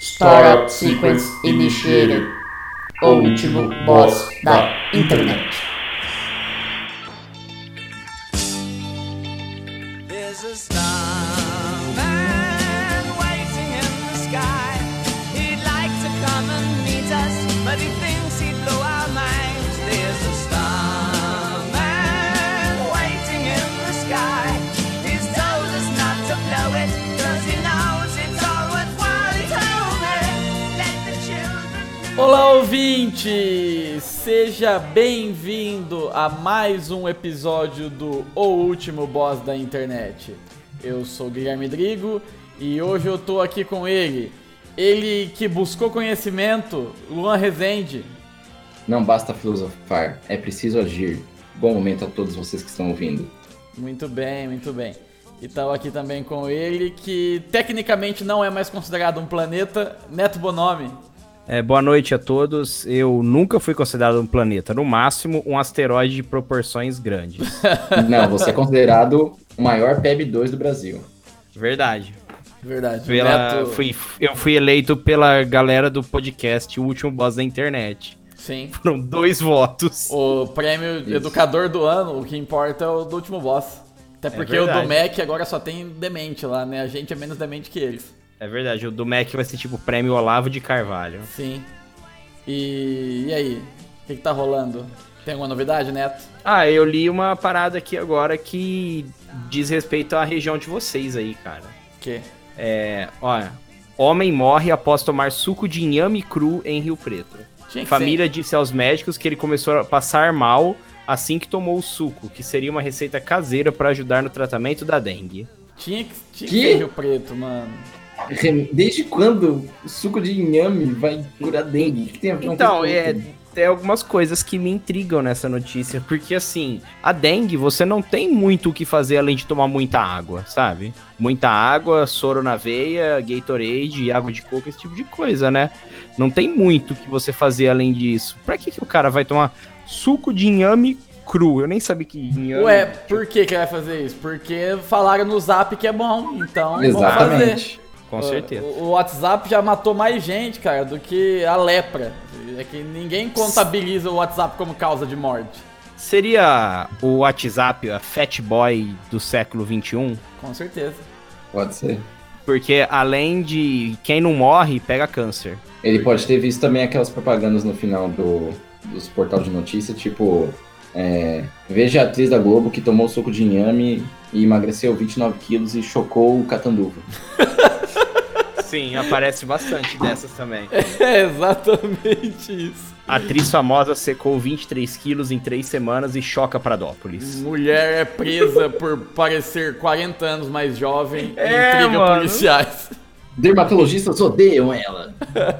Startup Sequence Initiated. O último boss da internet. There's a starman waiting in the sky. He'd like to come and meet us, but he thinks he'd blow our minds. There's a starman waiting in the sky. He's told us not to blow it, 'cause he knows it's all worthwhile. He told me, let the children know. Olá, ouvinte! Seja bem-vindo a mais um episódio do O Último Boss da Internet. Eu sou Guilherme Drigo e hoje eu tô aqui com ele que buscou conhecimento, Luan Rezende. Não basta filosofar, é preciso agir. Bom momento a todos vocês que estão ouvindo. Muito bem, muito bem. E tô aqui também com ele que tecnicamente não é mais considerado um planeta, Neto Bonomi. Boa noite a todos. Eu nunca fui considerado um planeta, no máximo um asteroide de proporções grandes. Não, você é considerado o maior PEB2 do Brasil. Verdade. Verdade. Eu fui eleito pela galera do podcast O Último Boss da Internet. Sim. Foram 2 votos. O prêmio Educador do Ano, o que importa é o do último boss. Até porque o do Mac agora só tem demente lá, né? A gente é menos demente que eles. É verdade, o do Mac vai ser tipo o prêmio Olavo de Carvalho. Sim. E aí? O que tá rolando? Tem alguma novidade, Neto? Eu li uma parada aqui agora que diz respeito à região de vocês aí, cara. Que? Olha, homem morre após tomar suco de inhame cru em Rio Preto. Família disse aos médicos que ele começou a passar mal assim que tomou o suco, que seria uma receita caseira para ajudar no tratamento da dengue. Tinha que ser Rio Preto, mano. Desde quando o suco de inhame vai curar dengue? Que tem a ver com Então, tem algumas coisas que me intrigam nessa notícia, porque assim, a dengue você não tem muito o que fazer além de tomar muita água, sabe? Muita água, soro na veia, Gatorade, água de coco, esse tipo de coisa, né? Não tem muito o que você fazer além disso. Pra que o cara vai tomar suco de inhame cru? Eu nem sabia que inhame... Ué, por que vai fazer isso? Porque falaram no Zap que é bom, então Exatamente. vamos fazer. Com certeza. O WhatsApp já matou mais gente, cara, do que a lepra. É que ninguém contabiliza o WhatsApp como causa de morte. Seria o WhatsApp a Fat Boy do século XXI? Com certeza. Pode ser. Porque além de quem não morre, pega câncer. Ele pode ter visto também aquelas propagandas no final dos portais de notícia, tipo... veja a atriz da Globo que tomou suco de inhame e emagreceu 29 quilos e chocou o Catanduva. Sim, aparece bastante dessas também. É exatamente isso. Atriz famosa secou 23 quilos em 3 semanas e choca Pradópolis. Mulher é presa por parecer 40 anos mais jovem e intriga mano. policiais. Dermatologistas odeiam ela.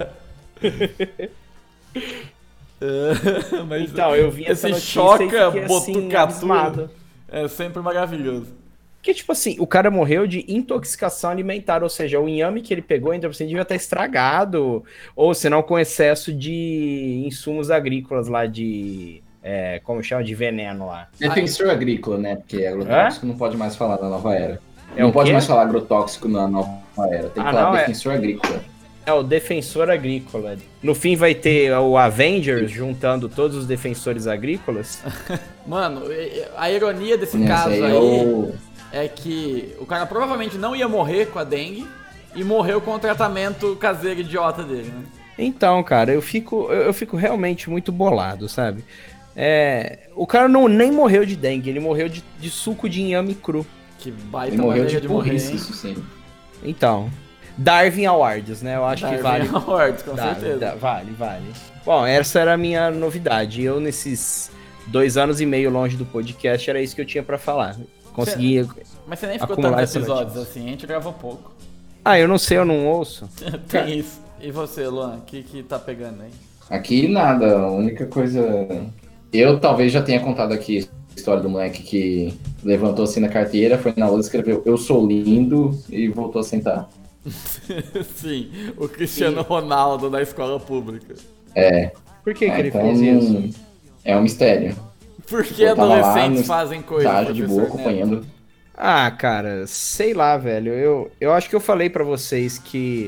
Mas Então, eu vi essa esse notícia choca e fiquei, assim, botucatu abismado. é sempre maravilhoso. Porque, tipo assim, o cara morreu de intoxicação alimentar, ou seja, o inhame que ele pegou ainda por cima devia estar estragado, ou senão com excesso de insumos agrícolas lá de... como chama? De veneno lá. Defensor agrícola, né? Porque agrotóxico não pode mais falar na nova era. É Não o pode quê? mais falar agrotóxico na nova era. Tem que falar não, defensor agrícola. É o defensor agrícola. No fim vai ter o Avengers juntando todos os defensores agrícolas. Mano, a ironia desse Esse caso aí aí é o- é que o cara provavelmente não ia morrer com a dengue e morreu com o tratamento caseiro idiota dele, né? Então, cara, eu fico realmente muito bolado, sabe? O cara nem morreu de dengue, ele morreu de suco de inhame cru. Que baita Ele morreu maneira de morrer, burrice, hein? isso sim. Então, Darwin Awards, né? Eu acho que vale. Darwin Awards, com certeza. Vale. Bom, essa era a minha novidade. Eu, nesses 2 anos e meio longe do podcast, era isso que eu tinha pra falar. Consegui. Mas você nem ficou acumular tantos essa episódios notícia. assim, a gente gravou pouco. Eu não sei, eu não ouço. Tem isso. E você, Luan, o que tá pegando aí? Aqui nada, a única coisa... Eu talvez já tenha contado aqui a história do moleque que levantou assim na carteira, foi na luz, escreveu "Eu sou lindo" e voltou a sentar. Sim, o Cristiano Ronaldo da escola pública. Por que ele Então, fez isso? é um mistério. Por que Eu tava lá adolescentes no fazem coisas, estágio de boa, professor Neto? acompanhando. Cara, sei lá, velho. Eu acho que eu falei pra vocês que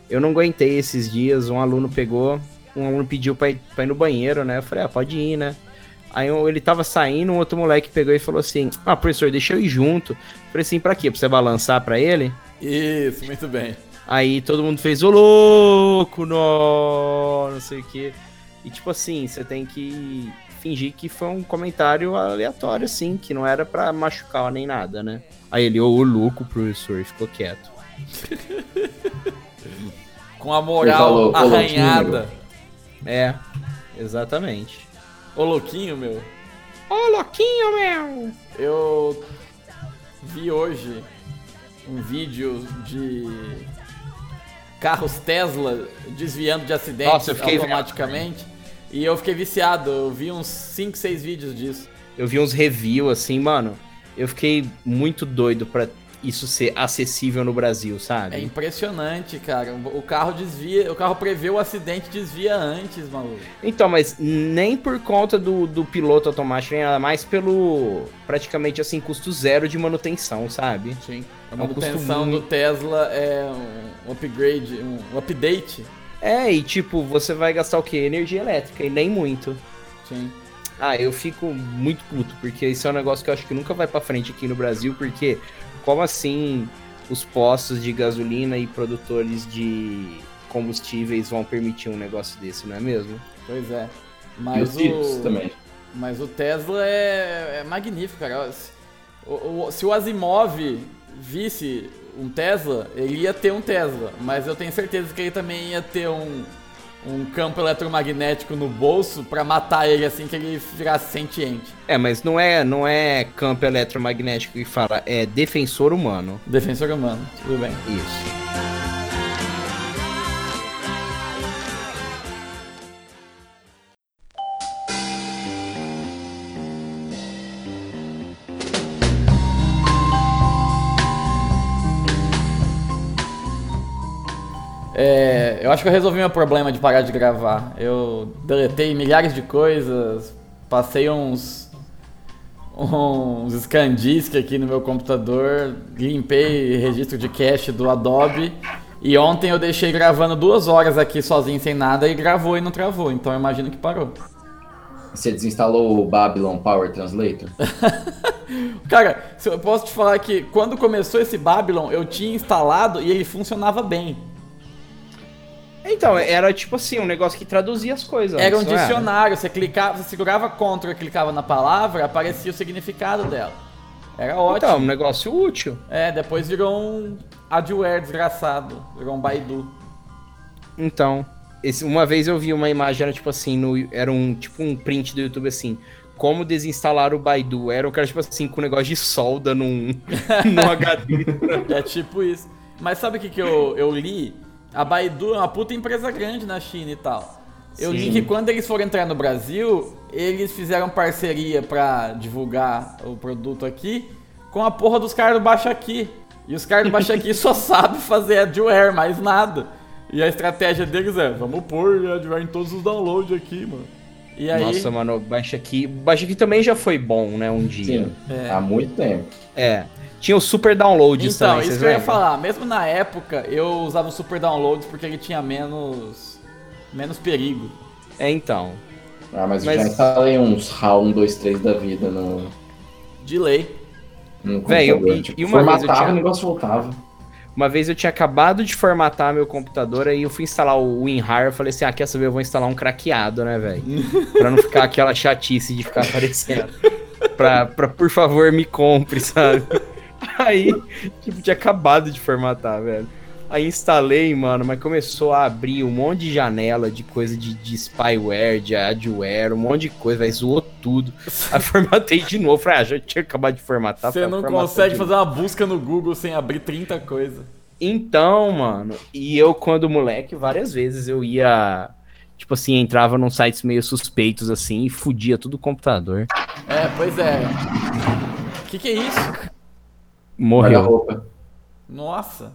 Eu não aguentei esses dias, um aluno pediu pra ir no banheiro, né? Eu falei, pode ir, né? Aí ele tava saindo, um outro moleque pegou e falou assim, professor, deixa eu ir junto. Eu falei assim, pra quê? Pra você balançar pra ele? Isso, muito bem. Aí todo mundo fez, ô louco, não sei o quê. E tipo assim, você tem que fingir que foi um comentário aleatório, assim, que não era pra machucar nem nada, né? Aí ele, ô louco, professor, e ficou quieto. Com a moral falou, ô, arranhada. É, exatamente. Ô louquinho, meu. Ô louquinho, meu! Eu vi hoje um vídeo de carros Tesla desviando de acidentes Nossa, eu fiquei automaticamente. E eu fiquei viciado. Eu vi uns 5, 6 vídeos disso. Eu vi uns reviews assim, mano. Eu fiquei muito doido pra isso ser acessível no Brasil, sabe? É impressionante, cara. O carro desvia, o carro prevê o acidente, desvia antes, maluco. Então, mas nem por conta do piloto automático, nem nada mais pelo praticamente assim, custo zero de manutenção, sabe? Sim. A É um custo manutenção do muito- Tesla é um upgrade, um update. É, e tipo, você vai gastar o quê? Energia elétrica, e nem muito. Sim. Eu fico muito puto, porque isso é um negócio que eu acho que nunca vai pra frente aqui no Brasil, porque como assim os postos de gasolina e produtores de combustíveis vão permitir um negócio desse, não é mesmo? Pois é. E Mas os filhos também. Mas o Tesla é magnífico, cara. Se o Asimov visse um Tesla, ele ia ter um Tesla. Mas eu tenho certeza que ele também ia ter um campo eletromagnético no bolso pra matar ele assim que ele virasse sentiente. Mas não é campo eletromagnético que fala, é defensor humano. Defensor humano, tudo bem. Isso. Eu acho que eu resolvi meu problema de parar de gravar. Eu deletei milhares de coisas, passei uns ScanDisk aqui no meu computador, limpei registro de cache do Adobe e ontem eu deixei gravando 2 horas aqui sozinho sem nada e gravou e não travou, então eu imagino que parou. Você desinstalou o Babylon Power Translator? Cara, eu posso te falar que quando começou esse Babylon eu tinha instalado e ele funcionava bem. Então, era tipo assim, um negócio que traduzia as coisas. Era um não era? dicionário, você clicava, você segurava Ctrl e clicava na palavra, aparecia o significado dela. Era ótimo. Então, um negócio útil. Depois virou um adware desgraçado, virou um Baidu. Então, uma vez eu vi uma imagem, era tipo assim, era tipo um print do YouTube assim, como desinstalar o Baidu. Era um cara tipo assim, com um negócio de solda num HD. É tipo isso. Mas sabe o que eu li? A Baidu é uma puta empresa grande na China e tal. Eu li que quando eles foram entrar no Brasil, eles fizeram parceria pra divulgar o produto aqui com a porra dos caras do Baixa Aqui. E os caras do Baixa Aqui só sabem fazer adware, mais nada. E a estratégia deles é, vamos pôr adware em todos os downloads aqui, mano. E aí... Nossa, mano, o Baixa Aqui também já foi bom, né, um dia. Sim, há muito tempo. Tinha os super downloads Então, também, isso vocês que eu ia lembram? falar. Mesmo na época, eu usava o Super Downloads porque ele tinha menos perigo. Então. Mas eu já instalei uns HAL 1, 2, 3 da vida no Delay. Véi, computador. e uma vez eu formatava, tinha- o negócio voltava. Uma vez eu tinha acabado de formatar meu computador, aí eu fui instalar o WinRAR, eu falei assim, quer saber, eu vou instalar um craqueado, né, velho? Pra não ficar aquela chatice de ficar aparecendo. Pra, por favor, me compre, sabe? Aí, tipo, tinha acabado de formatar, velho. Aí instalei, mano, mas começou a abrir um monte de janela de coisa de spyware, de adware, um monte de coisa, velho, zoou tudo. Aí formatei de novo, falei, já tinha acabado de formatar. Você não formatou consegue de fazer uma busca no Google sem abrir 30 coisas. Então, mano, e eu quando moleque, várias vezes eu ia, tipo assim, entrava num sites meio suspeitos assim e fudia tudo o computador. Pois é. Que é isso? Morreu. Guarda-roupa. Nossa.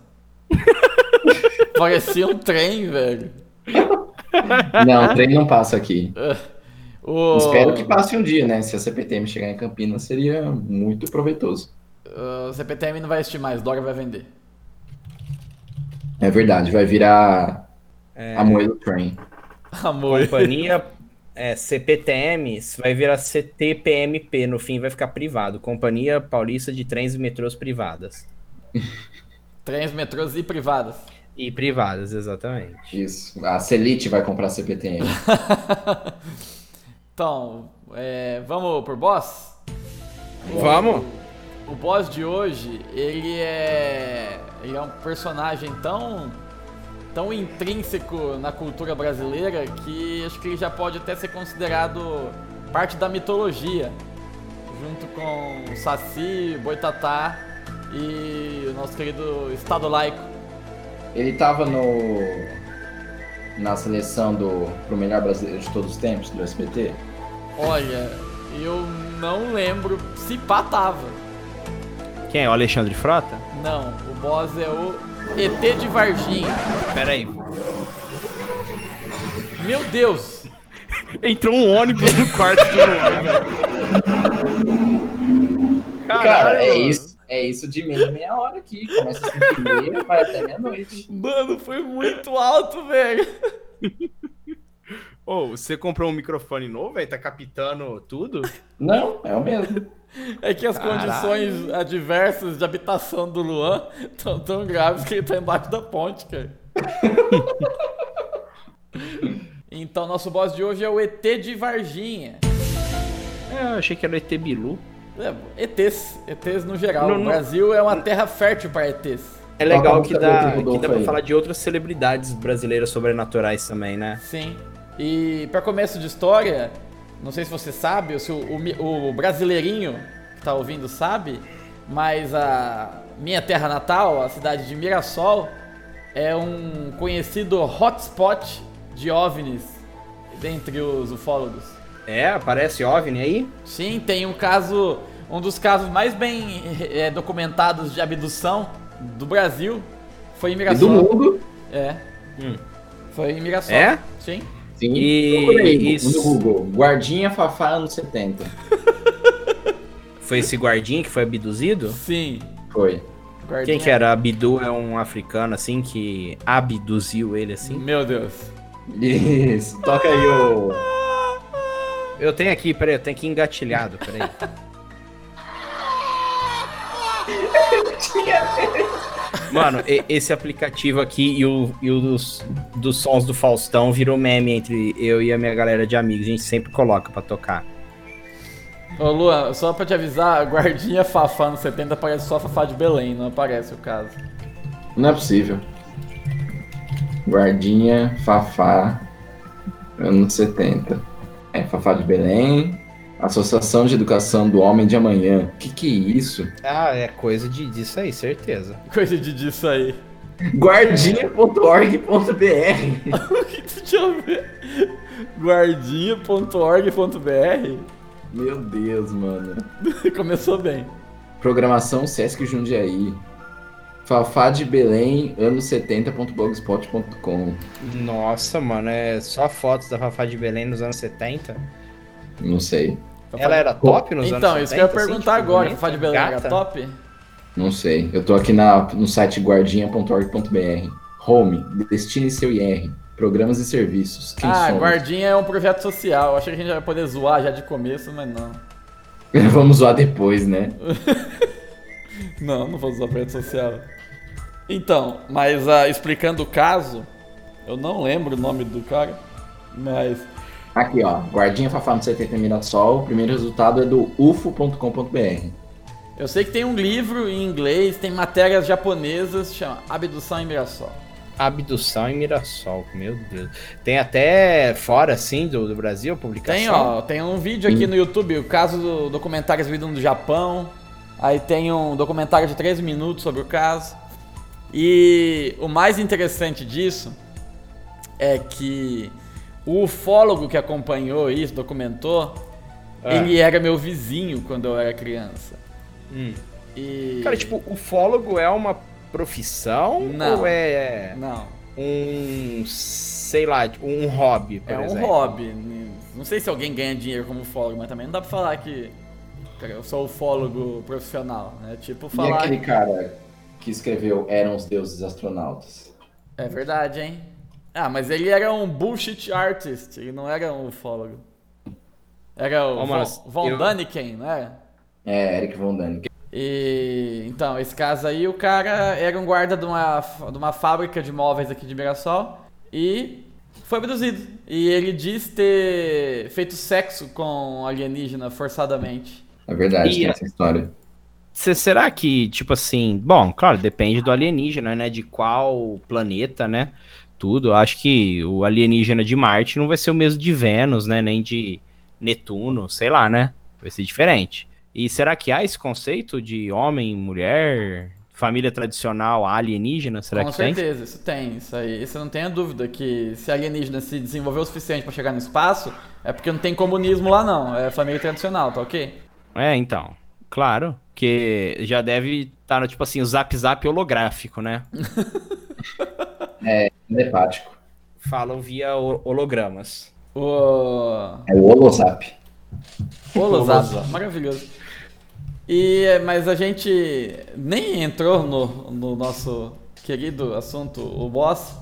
Parecia um trem, velho. Não, o trem não passa aqui. O... Espero que passe um dia, né? Se a CPTM chegar em Campinas, seria muito proveitoso. O CPTM não vai existir mais, Dora vai vender. É verdade, vai virar a Moeda Train. Amor. Companhia CPTM vai virar CTPMP, no fim vai ficar privado. Companhia Paulista de Trens e Metrôs Privadas. Trens, metrôs e privadas. E privadas, exatamente. Isso. A Celite vai comprar a CPTM. Então, vamos por boss? Vamos? O boss de hoje, ele é um personagem tão intrínseco na cultura brasileira que acho que ele já pode até ser considerado parte da mitologia, junto com o Saci, Boitatá e o nosso querido Estado Laico. Ele tava na seleção pro melhor brasileiro de todos os tempos, do SBT? Olha, eu não lembro se pá tava. Quem é? O Alexandre Frota? Não, o boss é o ET de Varginha. Pera aí. Meu Deus! Entrou um ônibus no quarto do Luan, velho. Cara, é isso de meia hora aqui. Começa às 5h30, vai até meia-noite. Mano, foi muito alto, velho. Ô, você comprou um microfone novo, velho? Tá captando tudo? Não, é o mesmo. É que as condições adversas de habitação do Luan estão tão graves que ele tá embaixo da ponte, cara. Então, nosso boss de hoje é o ET de Varginha. Eu achei que era o ET Bilu. ETs no geral. Não. O Brasil é uma terra fértil para ETs. É legal Toca que a música dá do Rodolfo pra aí. falar de outras celebridades brasileiras sobrenaturais também, né? Sim. E para começo de história, não sei se você sabe, ou se o brasileirinho que tá ouvindo sabe, mas a minha terra natal, a cidade de Mirassol, é um conhecido hotspot de OVNIs dentre os ufólogos. Aparece OVNI aí? Sim, tem um dos casos mais bem documentados de abdução do Brasil foi em E Mirassol. do mundo. Foi em Mirassol. É? Sim. Sim. E Procura aí isso- no Google. Guardinha Fafá anos 70. Foi esse guardinha que foi abduzido? Sim. Foi. Guardinha. Quem que era? Abdu é um africano, assim, que abduziu ele, assim? Meu Deus. Isso. Toca aí o... Eu tenho aqui, peraí, eu tenho aqui engatilhado, peraí. Mano, esse aplicativo aqui e o dos sons do Faustão virou meme entre eu e a minha galera de amigos. A gente sempre coloca pra tocar. Ô Luan, só pra te avisar, guardinha Fafá no 70 aparece só Fafá de Belém, não aparece o caso. Não é possível. Guardinha Fafá anos 70. Fafá de Belém. Associação de Educação do Homem de Amanhã. Que é isso? Ah, é coisa disso aí, certeza. Coisa disso aí. Guardinha.org.br. Deixa eu ver. Guardinha.org.br. Meu Deus, mano. Começou bem. Programação Sesc Jundiaí. Fafá de Belém, anos 70.blogspot.com. Nossa, mano, é só fotos da Fafá de Belém nos anos 70? Não sei. Ela era top nos anos 70? Então, isso que eu ia perguntar assim, agora. tipo, Fafá de Belém era gata? top? Não sei. Eu tô aqui no site guardinha.org.br. Home, destine seu IR. Programas e serviços. Quem somos? Guardinha é um projeto social. Eu achei que a gente ia poder zoar já de começo, mas não. Vamos zoar depois, né? Não vou usar projeto social. Então, mas explicando o caso, eu não lembro o nome do cara, mas... Aqui, ó. Guardinha Fafá no 70 Mirassol. O primeiro resultado é do ufo.com.br. Eu sei que tem um livro em inglês, tem matérias japonesas, chama Abdução em Mirassol. Abdução em Mirassol, meu Deus. Tem até fora, assim, do Brasil, a publicação? Tem um vídeo aqui no YouTube, o caso do documentário exibido no Japão. Aí tem um documentário de 13 minutos sobre o caso. E o mais interessante disso é que o ufólogo que acompanhou isso, documentou, ele era meu vizinho quando eu era criança. E... Cara, tipo, ufólogo é uma profissão? Não. Ou é Não, sei lá, tipo, um hobby, por é um exemplo? hobby. Não sei se alguém ganha dinheiro como ufólogo, mas também não dá pra falar que cara, eu sou ufólogo profissional, né? Tipo, E falar... aquele cara que escreveu Eram os Deuses Astronautas? É verdade, hein? Ah, mas ele era um bullshit artist, ele não era um ufólogo. Era o Von Däniken, não era? É, Eric Von Däniken. E então, esse caso aí, o cara era um guarda de uma fábrica de móveis aqui de Mirassol e foi abduzido. E ele diz ter feito sexo com alienígena forçadamente. É verdade, tem essa história. Será que, tipo assim, bom, claro, depende do alienígena, né? De qual planeta, né? Tudo. Eu acho que o alienígena de Marte não vai ser o mesmo de Vênus, né? Nem de Netuno, sei lá, né? Vai ser diferente. E será que há esse conceito de homem, mulher, família tradicional alienígena? Será que tem? Com certeza, isso tem. Isso aí, isso não tenha dúvida que se alienígena se desenvolveu o suficiente pra chegar no espaço, é porque não tem comunismo lá não, é família tradicional, tá ok? É, então, claro, que já deve estar, tipo assim, o zap holográfico, né? É, telepático. Falam via hologramas. É o Holozap. Holozap, maravilhoso. Mas a gente nem entrou no nosso querido assunto, o boss,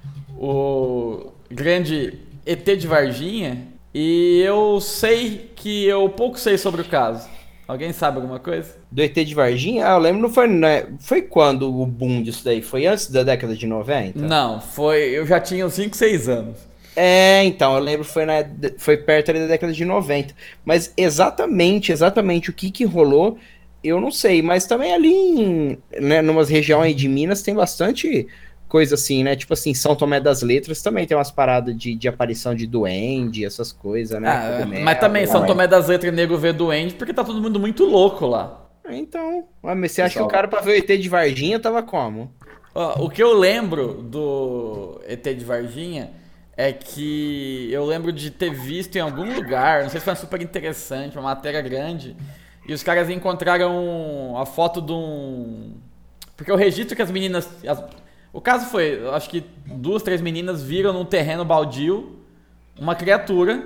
o grande ET de Varginha, e eu sei que eu pouco sei sobre o caso. Alguém sabe alguma coisa? Do ET de Varginha? Ah, eu lembro, não foi, né? Foi quando o boom disso daí? Foi antes da década de 90? Não, eu já tinha uns 5, 6 anos. É, então, eu lembro que foi perto ali da década de 90. Mas exatamente o que rolou, eu não sei. Mas também ali, né, numas regiões de Minas tem bastante coisa assim, né? Tipo assim, São Tomé das Letras também tem umas paradas de aparição de duende, essas coisas, né? Mas também São Tomé das Letras nego vê duende porque tá todo mundo muito louco lá. Então, mas você acha que o cara pra ver o ET de Varginha tava como? Ó, o que eu lembro do ET de Varginha é que eu lembro de ter visto em algum lugar, não sei se foi super interessante, uma matéria grande, e os caras encontraram a foto de um... Porque o registro que as meninas... O caso foi, eu acho que 2, 3 meninas viram num terreno baldio uma criatura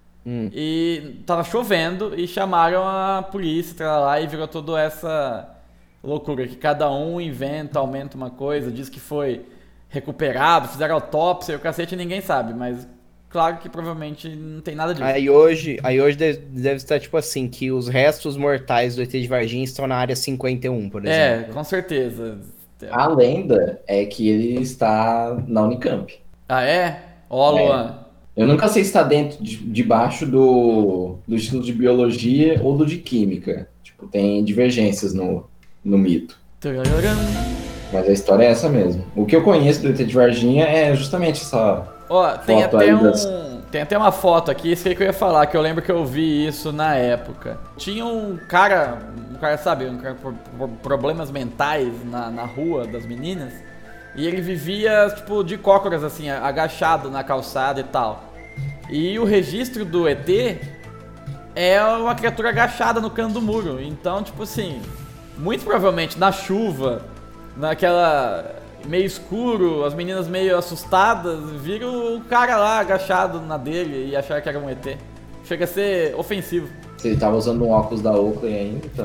e tava chovendo e chamaram a polícia pra lá e virou toda essa loucura que cada um inventa, aumenta uma coisa, diz que foi recuperado, fizeram autópsia e o cacete ninguém sabe, mas claro que provavelmente não tem nada disso. Aí hoje deve estar tipo assim, que os restos mortais do ET de Varginha estão na área 51, por exemplo. É, com certeza. A lenda é que ele está na Unicamp. Ah, é? Ó, Luan. Eu nunca sei se está debaixo do Instituto de Biologia ou do de Química. Tipo, tem divergências no mito. Mas a história é essa mesmo. O que eu conheço do ET de Varginha é justamente essa tem foto até aí tem até uma foto aqui, isso aí que eu ia falar, que eu lembro que eu vi isso na época. Tinha um cara, sabe, um cara com problemas mentais na rua das meninas, e ele vivia, tipo, de cócoras, assim, agachado na calçada e tal. E o registro do ET é uma criatura agachada no canto do muro. Então, tipo assim, muito provavelmente na chuva, naquela meio escuro, as meninas meio assustadas, viram o cara lá agachado na dele e acharam que era um ET. Chega a ser ofensivo. Se ele tava usando um óculos da Oakley ainda, então...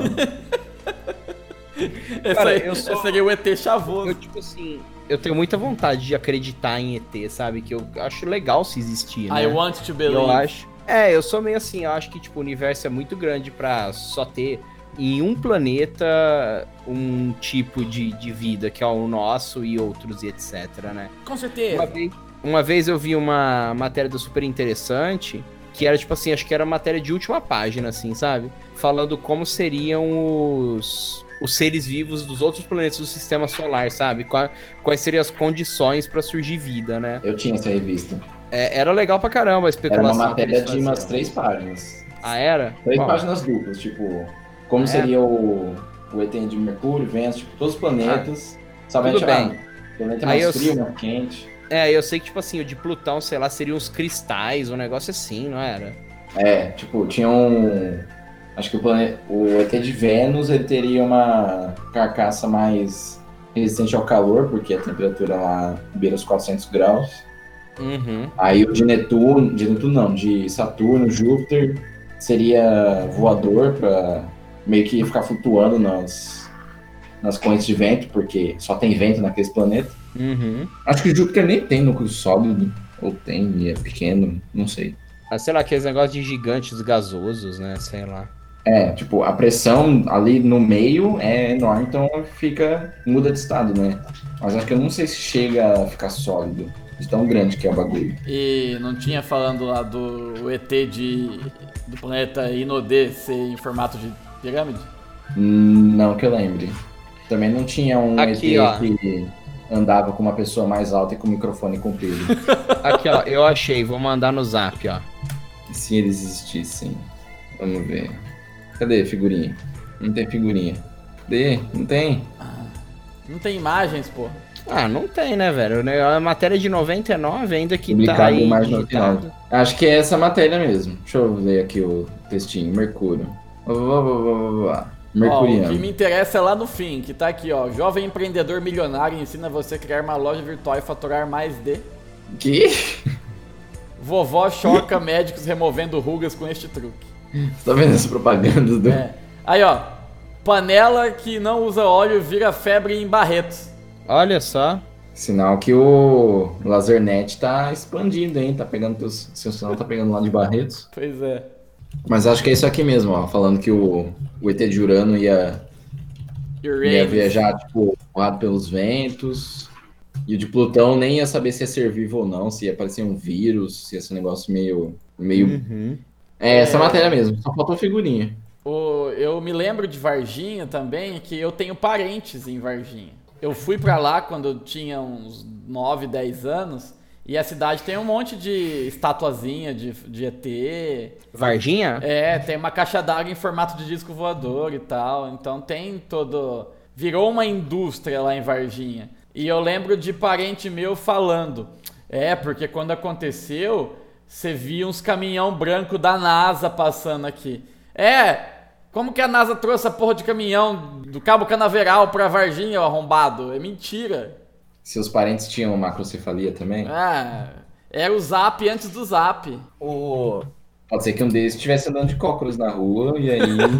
Esse seria o ET chavoso. Eu, tipo assim, eu tenho muita vontade de acreditar em ET, sabe? Que eu acho legal se existir, né? I want to believe. Eu acho... eu sou meio assim, eu acho que tipo, o universo é muito grande pra só ter em um planeta um tipo de vida que é o nosso e outros e etc, né? Com certeza. Uma vez eu vi uma matéria do Super Interessante, que era tipo assim, acho que era matéria de última página, assim, sabe? Falando como seriam os seres vivos dos outros planetas do Sistema Solar, sabe? Quais seriam as condições pra surgir vida, né? Eu tinha essa revista. Era legal pra caramba a especulação. Era uma matéria de umas 3 páginas. Ah, era? 3 páginas duplas, tipo... Como seria o ET de Mercúrio, Vênus, tipo, todos os planetas. Somente tudo bem. O planeta é mais frio, mais quente. Eu sei que, tipo assim, o de Plutão, sei lá, seriam uns cristais, um negócio assim, não era? Tipo, tinha um... Acho que o ET de Vênus, ele teria uma carcaça mais resistente ao calor, porque a temperatura lá beira os 400 graus. Uhum. Aí o de de Saturno, Júpiter, seria voador pra... meio que ia ficar flutuando nas correntes de vento, porque só tem vento naqueles planetas. Uhum. Acho que Júpiter nem tem núcleo sólido, ou tem, e é pequeno, não sei. Ah, sei lá, aqueles negócios de gigantes gasosos, né? Sei lá. Tipo, a pressão ali no meio é enorme, então muda de estado, né? Mas acho que eu não sei se chega a ficar sólido, de tão grande que é o bagulho. E não tinha falando lá do ET do planeta Inodê ser em formato de pirâmide? Não que eu lembre. Também não tinha um Aqui, ET ó. que andava com uma pessoa mais alta e com o microfone comprido. Aqui, ó, eu achei, vou mandar no zap, ó. E se eles existissem? Vamos ver. Cadê a figurinha? Não tem figurinha. Cadê? Não tem? Não tem imagens, pô. Ah, não tem, né, velho? A matéria de 99 ainda que tá Publicado aí em março no digitado. final. Acho que é essa matéria mesmo. Deixa eu ler aqui o textinho. Mercúrio. Ó, Mercuriano. o que me interessa é lá no fim, que tá aqui, ó. Jovem empreendedor milionário ensina você a criar uma loja virtual e faturar mais de... Que? Vovó choca médicos removendo rugas com este truque. Você tá vendo as propagandas do... É. Aí, ó. Panela que não usa óleo vira febre em Barretos. Olha só. Sinal que o LaserNet tá expandindo, hein? Tá pegando seu sinal tá pegando lá de Barretos. Pois é. Mas acho que é isso aqui mesmo, ó. Falando que o ET de Urano ia Uranus. viajar, tipo, voado pelos ventos. E o de Plutão nem ia saber se ia ser vivo ou não, se ia aparecer um vírus, se ia ser um negócio meio... Uhum. Essa matéria mesmo, só faltou figurinha. Eu me lembro de Varginha também, que eu tenho parentes em Varginha. Eu fui pra lá quando eu tinha uns 9, 10 anos, e a cidade tem um monte de estatuazinha de ET. Varginha? Tem uma caixa d'água em formato de disco voador e tal. Então tem todo... Virou uma indústria lá em Varginha. E eu lembro de parente meu falando... porque quando aconteceu, você via uns caminhão branco da NASA passando aqui. Como que a NASA trouxe a porra de caminhão do Cabo Canaveral pra Varginha, arrombado? É mentira. Seus parentes tinham macrocefalia também? Era o Zap antes do Zap. Pode ser que um deles estivesse andando de cócoras na rua e aí...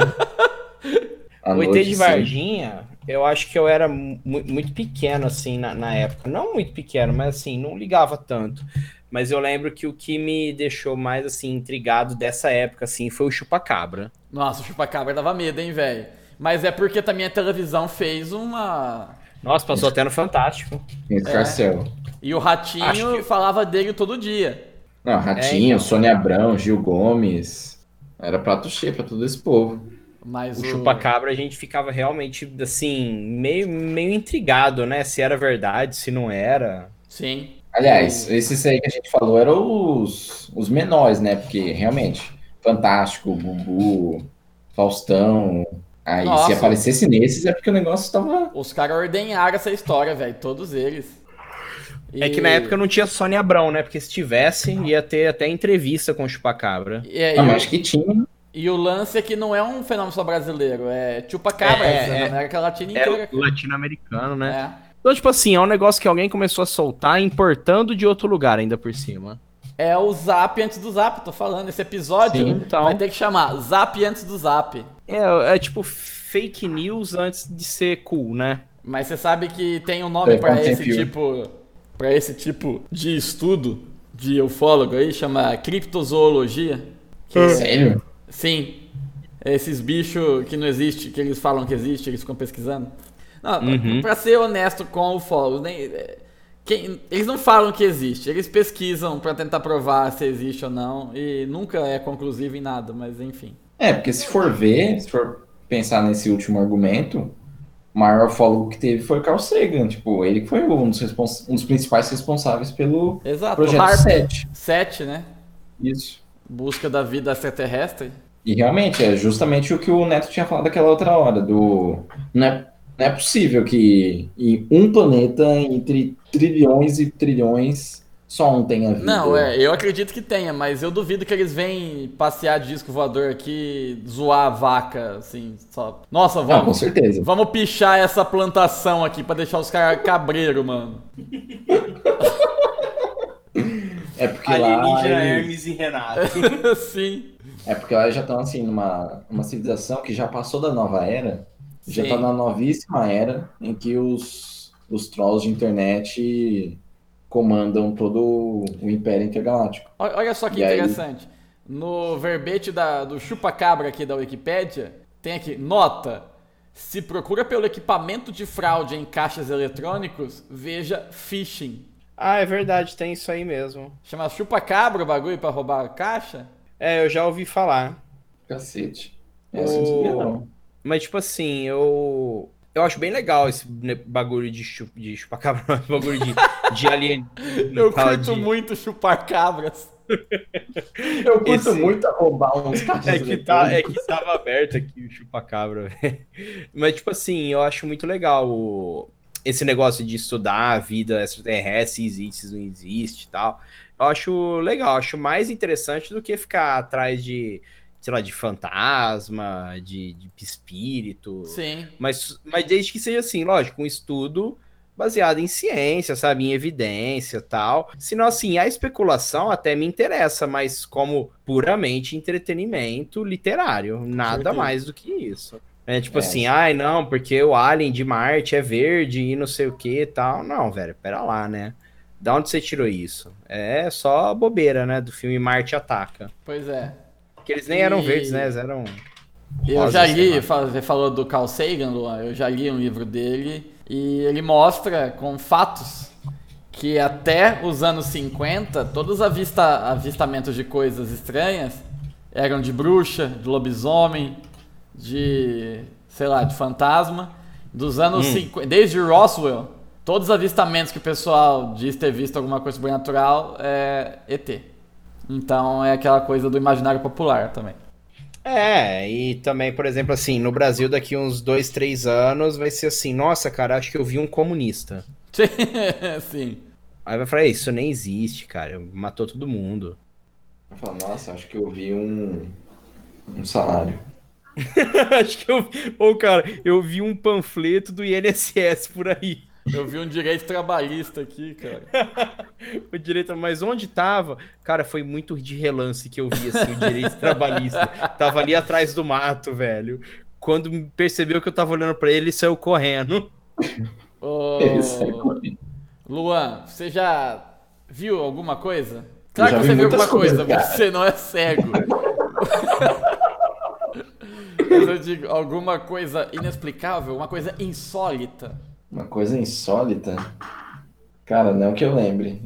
O ET de Varginha, eu acho que eu era muito pequeno, assim, na época. Não muito pequeno, mas assim, não ligava tanto. Mas eu lembro que o que me deixou mais, assim, intrigado dessa época, assim, foi o chupacabra. Nossa, o chupacabra dava medo, hein, velho? Mas é porque também a televisão fez uma... Nossa, passou até no Fantástico. Escarcel. E o Ratinho falava dele todo dia. Não, Ratinho, Sônia Abrão, Gil Gomes. Era prato cheio pra todo esse povo. Mas o chupacabra a gente ficava realmente, assim, meio intrigado, né? Se era verdade, se não era. Sim. Aliás, esses aí que a gente falou eram os menores, né? Porque, realmente, Fantástico, Bubu, Faustão... Aí, Nossa. se aparecesse nesses, é porque o negócio tava... Os caras ordenharam essa história, velho. Todos eles. É que na época não tinha Sônia Abrão, né? Porque se tivesse, ia ter até entrevista com o chupacabra. Mas acho que tinha... E o lance é que não é um fenômeno só brasileiro, é chupacabra, na América Latina inteira. É latino-americano, né? Então, tipo assim, é um negócio que alguém começou a soltar importando de outro lugar ainda por cima. É o Zap antes do Zap, tô falando. Esse episódio então... vai ter que chamar Zap antes do Zap. É tipo fake news antes de ser cool, né? Mas você sabe que tem um nome pra esse tipo de estudo de ufólogo aí, chama criptozoologia. Sério? Sim. Esses bichos que não existem, que eles falam que existe, eles ficam pesquisando. Não, pra ser honesto com ufólogos, eles não falam que existe, eles pesquisam pra tentar provar se existe ou não, e nunca é conclusivo em nada, mas enfim. Porque se for pensar nesse último argumento, o maior ufólogo que teve foi o Carl Sagan, tipo, ele que foi um dos principais responsáveis pelo projeto 7. 7, né? Isso. Busca da vida extraterrestre. E realmente, é justamente o que o Neto tinha falado daquela outra hora, Não é possível que em um planeta, entre trilhões e trilhões, só um tenha vida. Não, eu acredito que tenha, mas eu duvido que eles venham passear de disco voador aqui, zoar a vaca, assim, só... Nossa, com certeza. Vamos pichar essa plantação aqui pra deixar os caras cabreiro, mano. É porque alienígena Hermes e Renato. Sim. É porque lá já estão, assim, numa civilização que já passou da nova era. Já Sim. tá na novíssima era em que os trolls de internet comandam todo o Império Intergaláctico. Olha só que E aí- interessante. No verbete do chupa-cabra aqui da Wikipédia, tem aqui, nota, se procura pelo equipamento de fraude em caixas eletrônicos, veja phishing. Ah, é verdade, tem isso aí mesmo. Chama chupa-cabra o bagulho pra roubar a caixa? É, eu já ouvi falar. Cacete. Essa eu não sabia, não. Mas, tipo assim, eu acho bem legal esse bagulho de chupacabra, bagulho de alien. Eu tal curto de- muito chupar cabras. Eu curto Esse- muito roubar uns caixas É eletrônicos. que tava aberto aqui o chupacabra, velho. Mas, tipo assim, eu acho muito legal esse negócio de estudar a vida extraterrestre, se existe, se não existe e tal. Eu acho legal, acho mais interessante do que ficar atrás de, sei lá, de fantasma, de espírito. Sim. Mas desde que seja assim, lógico, um estudo baseado em ciência, sabe, em evidência e tal. Senão, assim, a especulação até me interessa, mas como puramente entretenimento literário, nada certeza. mais do que isso. É tipo É. assim, ai não, porque o alien de Marte é verde e não sei o que e tal. Não, velho, pera lá, né? Da onde você tirou isso? É só bobeira, né, do filme Marte Ataca. Pois é. Que eles nem eram E- verdes, né, eles eram... Eu rosa, já sei li, lá. você falou do Carl Sagan, Luan, eu já li um livro dele e ele mostra com fatos que até os anos 50, todos os avistamentos de coisas estranhas eram de bruxa, de lobisomem, de, sei lá, de fantasma. Dos anos 50, desde Roswell, todos os avistamentos que o pessoal diz ter visto alguma coisa sobrenatural é ET. Então é aquela coisa do imaginário popular também. É, e também, por exemplo, assim, no Brasil daqui uns 2, 3 anos vai ser assim, nossa, cara, acho que eu vi um comunista. Sim. Aí vai falar, isso nem existe, cara, matou todo mundo. Eu falo, nossa, acho que eu vi um salário. Acho que eu, ô, cara, eu vi um panfleto do INSS por aí. Eu vi um direito trabalhista aqui, cara. O direito, mas onde tava? Cara, foi muito de relance que eu vi assim, o direito trabalhista. Tava ali atrás do mato, velho. Quando percebeu que eu tava olhando pra ele, saiu correndo. Ô, Isso é correto. Luan, você já viu alguma coisa? Claro já que vi você viu muitas alguma coisa, coisas, cara. você não é cego. Mas eu digo, alguma coisa inexplicável, uma coisa insólita. Uma coisa insólita. Cara, não que eu lembre.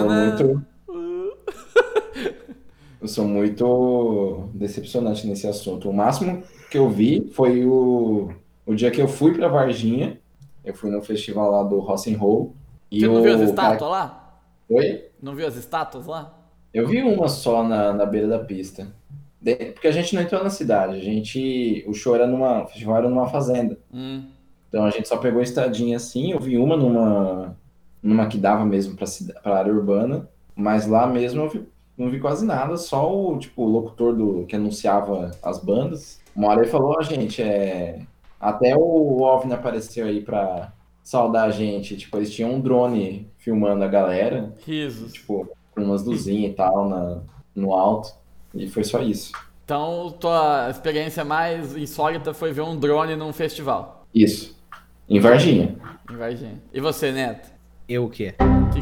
Eu sou muito decepcionante nesse assunto. O máximo que eu vi foi o dia que eu fui pra Varginha. Eu fui no festival lá do Rock'n'Roll. E Você não viu as o estátuas cara... lá? Oi? Não viu as estátuas lá? Eu vi uma só na beira da pista. Porque a gente não entrou na cidade. O show era o festival era numa fazenda. Então a gente só pegou a estradinha assim. Eu vi uma numa que dava mesmo pra área urbana. Mas lá mesmo não vi quase nada. Só o locutor que anunciava as bandas. Uma hora ele falou, gente, até o OVNI apareceu aí pra saudar a gente. Tipo, eles tinham um drone filmando a galera. Risos. Tipo, com umas luzinhas e tal no alto. E foi só isso. Então, tua experiência mais insólita foi ver um drone num festival. Isso. Em Varginha. Em Varginha. E você, Neto? Eu o quê?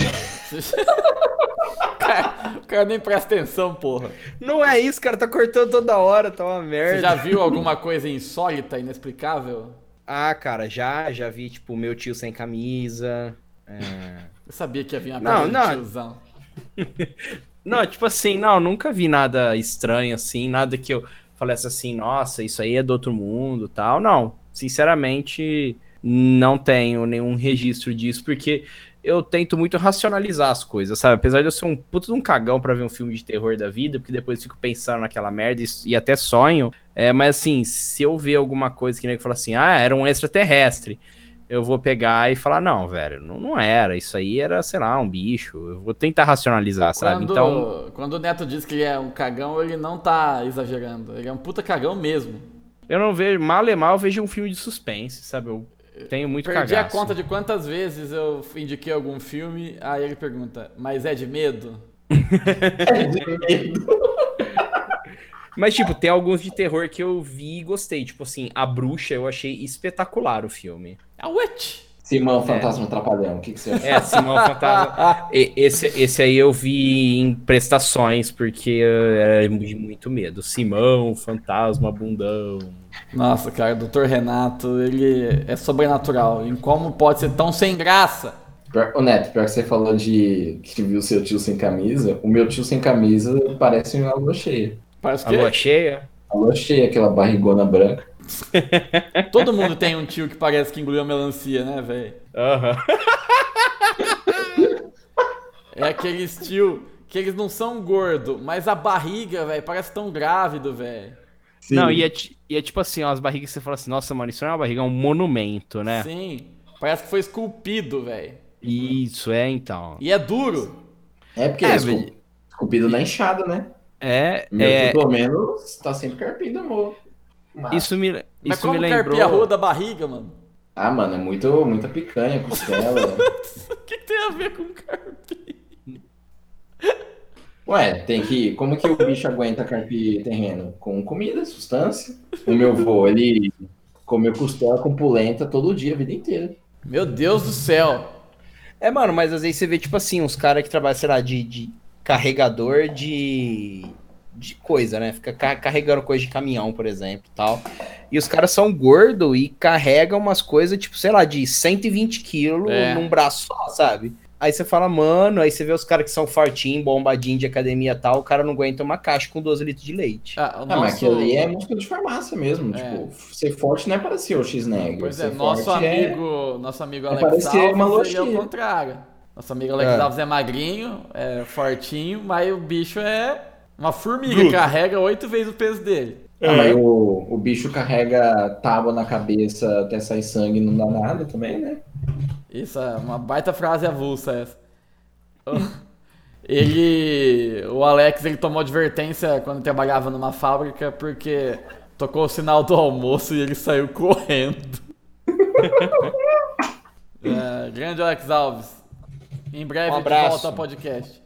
O cara nem presta atenção, porra. Não é isso, cara, tá cortando toda hora, tá uma merda. Você já viu alguma coisa insólita, inexplicável? Ah, cara, já vi, tipo, meu tio sem camisa. Eu sabia que ia vir uma Não, coisa de não. tiozão. Não, tipo assim, não, nunca vi nada estranho assim, nada que eu falasse assim, nossa, isso aí é do outro mundo, tal. Não, sinceramente, não tenho nenhum registro disso, porque eu tento muito racionalizar as coisas, sabe? Apesar de eu ser um puto de um cagão pra ver um filme de terror da vida, porque depois fico pensando naquela merda e até sonho. Mas assim, se eu ver alguma coisa que nem que fala assim, era um extraterrestre, eu vou pegar e falar, não, velho, não era, isso aí era, sei lá, um bicho. Eu vou tentar racionalizar, sabe? Então, Quando o Neto diz que ele é um cagão, ele não tá exagerando. Ele é um puta cagão mesmo. eu não vejo, mal e mal, eu vejo um filme de suspense, sabe? Eu tenho muito Perdi a cagaço. conta de quantas vezes eu indiquei algum filme, aí ele pergunta, mas é de medo? Mas, tipo, tem alguns de terror que eu vi e gostei. Tipo assim, A Bruxa, eu achei espetacular o filme. A Witch. Simão, Fantasma Trapalhão, o que você achou? Simão Fantasma. Esse aí eu vi em prestações, porque eu era de muito medo. Simão, Fantasma, Bundão. Nossa, cara, o Dr. Renato, ele é sobrenatural. Em como pode ser tão sem graça? Ô Neto, pior que você falou de que viu seu tio sem camisa, o meu tio sem camisa parece uma lua cheia. Parece A lua que cheia? A lua cheia, aquela barrigona branca. todo mundo tem um tio que parece que engoliu a melancia, né, velho? Aham. É aqueles tio que eles não são gordo, mas a barriga, velho, parece tão grávido, velho. Não, e é tipo assim, ó, as barrigas que você fala assim, nossa, mano, isso não é uma barriga, é um monumento, né? Sim, parece que foi esculpido, velho. Isso, então. E é duro. É porque É, esculpido na enxada, né? Meu tio, pelo menos, tá sempre carpido, amor. Isso me Mas isso como me lembrou. carpir a rua da barriga, mano? Ah, mano, é muita picanha, costela. O que tem a ver com carpir? Ué, tem que. Como que o bicho aguenta carpir terreno? Com comida, substância. O meu vô, ele comeu costela com polenta todo dia, a vida inteira. Meu Deus do céu. Mano, mas às vezes você vê, tipo assim, uns caras que trabalham, sei lá, de carregador de coisa, né? Fica carregando coisa de caminhão, por exemplo, e tal. E os caras são gordos e carregam umas coisas, tipo, sei lá, de 120 quilos num braço só, sabe? Aí você fala, mano, aí você vê os caras que são fortinhos, bombadinhos de academia e tal, o cara não aguenta uma caixa com 12 litros de leite. Mas aquilo ali é músculo de farmácia mesmo. Tipo, ser forte não é para ser o X-Negro. Pois ser é, nosso forte amigo é Alex parecer uma Alves, ele é o loxia. contrário. Nosso amigo Alex Alves é magrinho, é fortinho, mas o bicho é uma formiga, carrega 8 vezes o peso dele. Mas o bicho carrega tábua na cabeça até sair sangue, não dá nada também, né? Isso é uma baita frase avulsa essa. O Alex, ele tomou advertência quando trabalhava numa fábrica porque tocou o sinal do almoço e ele saiu correndo. Grande Alex Alves. Em breve de volta ao podcast.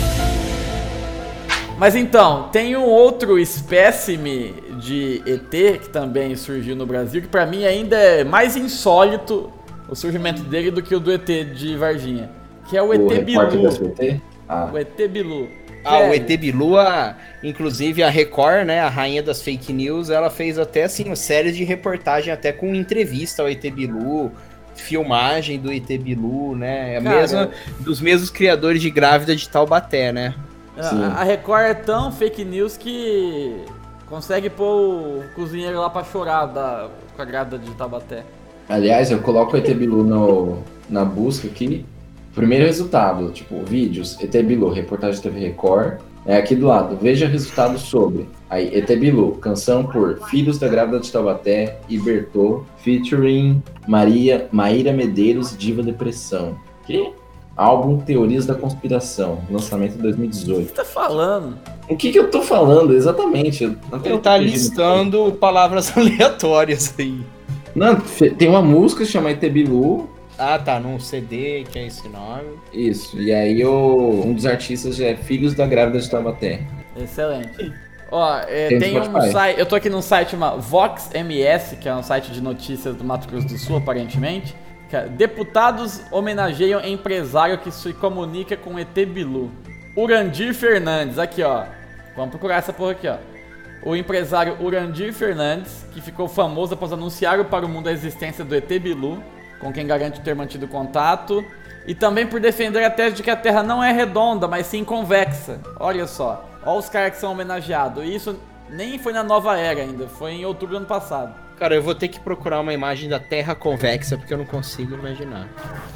Mas então, tem um outro espécime de ET que também surgiu no Brasil, que pra mim ainda é mais insólito o surgimento dele do que o do ET de Varginha, que é o ET repórter Bilu. da SBT? O ET Bilu. O ET Bilu, inclusive a Record, né, a rainha das fake news, ela fez até assim uma série de reportagem até com entrevista ao ET Bilu, filmagem do ET Bilu, né, dos mesmos criadores de Grávida de Taubaté, né. A Record é tão fake news que consegue pôr o cozinheiro lá pra chorar com a grávida de Taubaté. Aliás, eu coloco o ET Bilu na busca aqui. Primeiro resultado, tipo, vídeos, ET Bilu, reportagem da TV Record. Aqui do lado, veja resultados sobre. Aí, ET Bilu, canção por Filhos da Grávida de Taubaté e Bertô, featuring Maíra Medeiros, Diva Depressão. Que? Álbum Teorias da Conspiração, lançamento em 2018. O que você tá falando? O que eu tô falando, exatamente? Ele tá listando palavras aleatórias aí. Não, tem uma música que chama ET Bilu. Ah, tá, num CD, que é esse nome. Isso, e aí um dos artistas é Filhos da Grávida de Taubaté. Excelente. Ó, tem um site, eu tô aqui num site chamado Vox MS, que é um site de notícias do Mato Grosso do Sul, aparentemente. Deputados homenageiam empresário que se comunica com ET Bilu. Urandir Fernandes, aqui ó. Vamos procurar essa porra aqui ó. O empresário Urandir Fernandes, que ficou famoso após anunciar para o mundo a existência do ET Bilu, com quem garante ter mantido contato, e também por defender a tese de que a Terra não é redonda, mas sim convexa. Olha só, olha os caras que são homenageados. E isso nem foi na nova era ainda, foi em outubro do ano passado. Cara, eu vou ter que procurar uma imagem da Terra convexa, porque eu não consigo imaginar.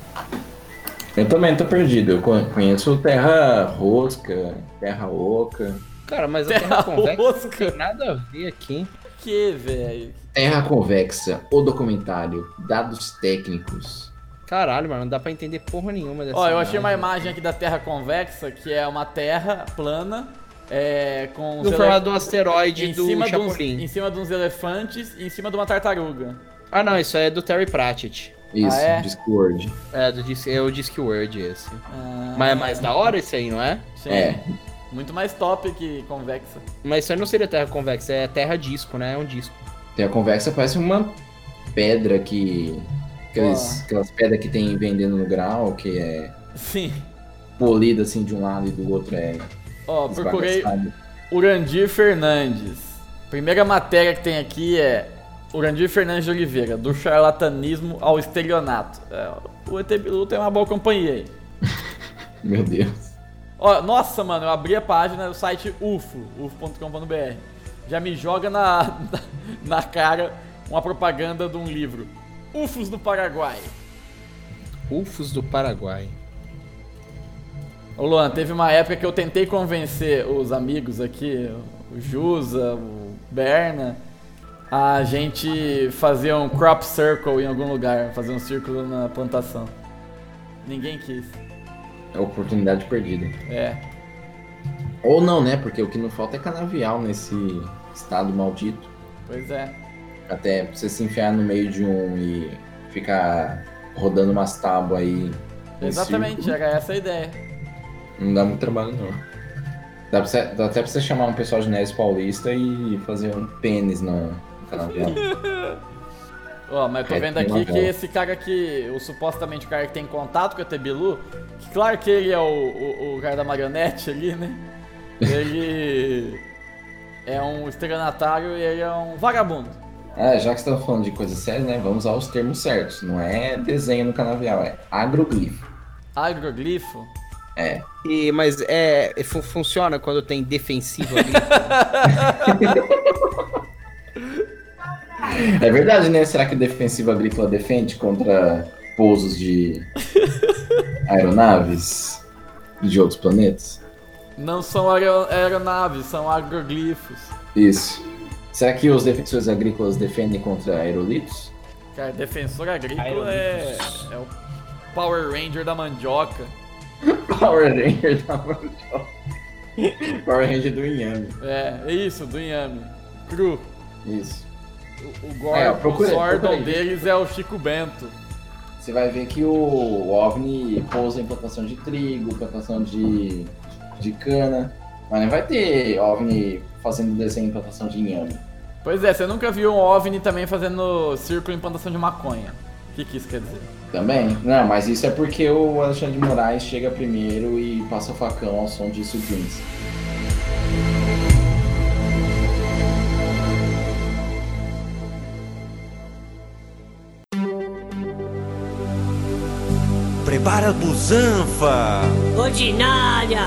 Eu também tô perdido, eu conheço Terra Rosca, Terra Oca. Cara, mas a Terra convexa não tem nada a ver aqui. Que, velho? Terra Convexa, o documentário, dados técnicos. Caralho, mano, não dá pra entender porra nenhuma dessa eu achei uma imagem aqui da Terra convexa, que é uma terra plana, com... No formato do asteroide do Chapolin. Em cima de uns elefantes e em cima de uma tartaruga. Ah, não, isso é do Terry Pratchett. Isso, Discworld. É o Discworld esse. Mas é mais da hora esse aí, não é? Sim. Muito mais top que convexa. Mas isso aí não seria terra convexa, é terra disco, né? É um disco. Tem a convexa, parece uma pedra que... Aquelas pedras que tem vendendo no grau, que é Sim. polida assim de um lado e do outro é Ó, procurei esbagaçado. Urandir Fernandes. Primeira matéria que tem aqui é Urandir Fernandes de Oliveira, do charlatanismo ao estelionato. O ET Bilu tem uma boa companhia aí. Meu Deus. Ó, nossa, mano, eu abri a página do site ufo.com.br. Já me joga na cara uma propaganda de um livro. UFOs do Paraguai. UFOs do Paraguai. Ô Luan, teve uma época que eu tentei convencer os amigos aqui, o Jusa, o Berna, a gente fazer um crop circle em algum lugar, fazer um círculo na plantação. Ninguém quis. É oportunidade perdida. É. Ou não, né? Porque o que não falta é canavial nesse estado maldito. Pois é. Até você se enfiar no meio de um e ficar rodando umas tábuas aí. no Exatamente, círculo, era essa a ideia. não dá muito trabalho, não. Dá até pra você chamar um pessoal de Nés Paulista e fazer um pênis no canavial. Ó, mas eu tô vendo aqui que esse cara aqui, supostamente o cara que tem contato com o ET Bilu, que claro que ele é o cara da marionete ali, né? Ele é um estelionatário e ele é um vagabundo. Ah, já que você tá falando de coisa séria, né? Vamos usar os termos certos. Não é desenho no canavial, é agroglifo. Agroglifo? É. Mas funciona quando tem defensivo ali. É verdade, né? Será que o defensivo agrícola defende contra pousos de aeronaves de outros planetas? Não são aeronaves, são agroglifos. Isso. Será que os defensores agrícolas defendem contra aerolitos? Cara, defensor agrícola é o Power Ranger da mandioca. Power Ranger da mandioca. Power Ranger do inhame. É isso, do inhame. Cru. Isso. O procura Gordon aí. deles é o Chico Bento. Você vai ver que o OVNI pousa em plantação de trigo, plantação de cana. Mas não vai ter OVNI fazendo desenho em plantação de inhame. Pois é, você nunca viu um OVNI também fazendo círculo em plantação de maconha. O que isso quer dizer? Também? Não, mas isso é porque o Alexandre de Moraes chega primeiro e passa o facão ao som de Supremes. Prepara a busanfa. Ordinária,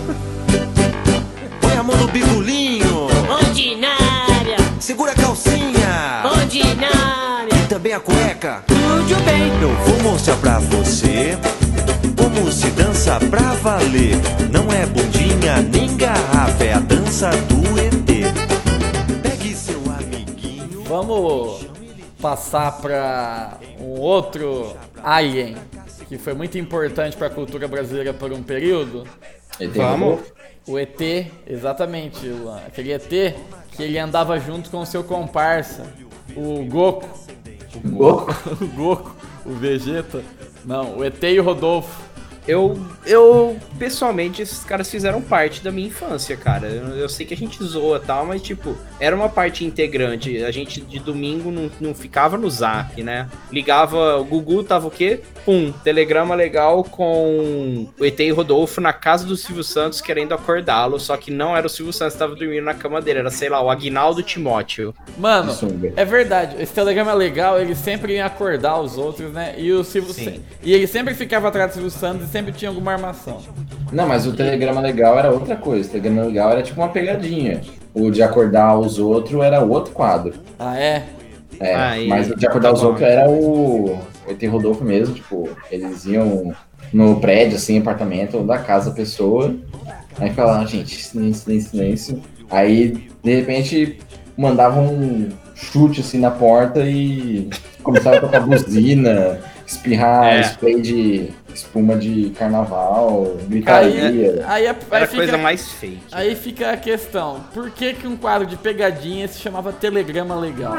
Põe a mão no bigolinho. ordinária, Segura a calcinha. ordinária. E também a cueca. Tudo bem. Eu vou mostrar pra você como se dança pra valer. Não é bundinha nem garrafa, é a dança do ET. Pegue seu amiguinho. Vamos passar pra um outro alien que foi muito importante pra cultura brasileira por um período. Vamos. O ET, exatamente, Luan. Aquele ET que ele andava junto com o seu comparsa, o Goku. Goku? O Goku, o Vegeta. Não, o ET e o Rodolfo. Eu pessoalmente, esses caras fizeram parte da minha infância, cara. Eu sei que a gente zoa e tal, mas, tipo, era uma parte integrante. A gente, de domingo, não ficava no zap, né? Ligava, o Gugu tava o quê? Pum, telegrama legal com o ET e o Rodolfo na casa do Silvio Santos querendo acordá-lo, só que não era o Silvio Santos que tava dormindo na cama dele, era, sei lá, o Aguinaldo Timóteo. Mano, Isso, é verdade. Esse telegrama legal, ele sempre ia acordar os outros, né? E o Silvio E ele sempre ficava atrás do Silvio Santos e sempre tinha alguma armação. Não, mas o telegrama legal era outra coisa. O telegrama legal era tipo uma pegadinha. O de acordar os outros era outro quadro. Ah, é? É, Aí, mas o de acordar tá os bom. outros era o ET Rodolfo mesmo, tipo, eles iam no prédio, assim, apartamento da casa da pessoa, aí falavam, gente, silêncio, silêncio, silêncio. Aí, de repente, mandavam um chute, assim, na porta e começavam a tocar buzina, espirrar spray de espuma de carnaval, gritaria. Aí Era a fica, coisa mais fake. aí fica a questão, por que um quadro de pegadinha se chamava Telegrama Legal?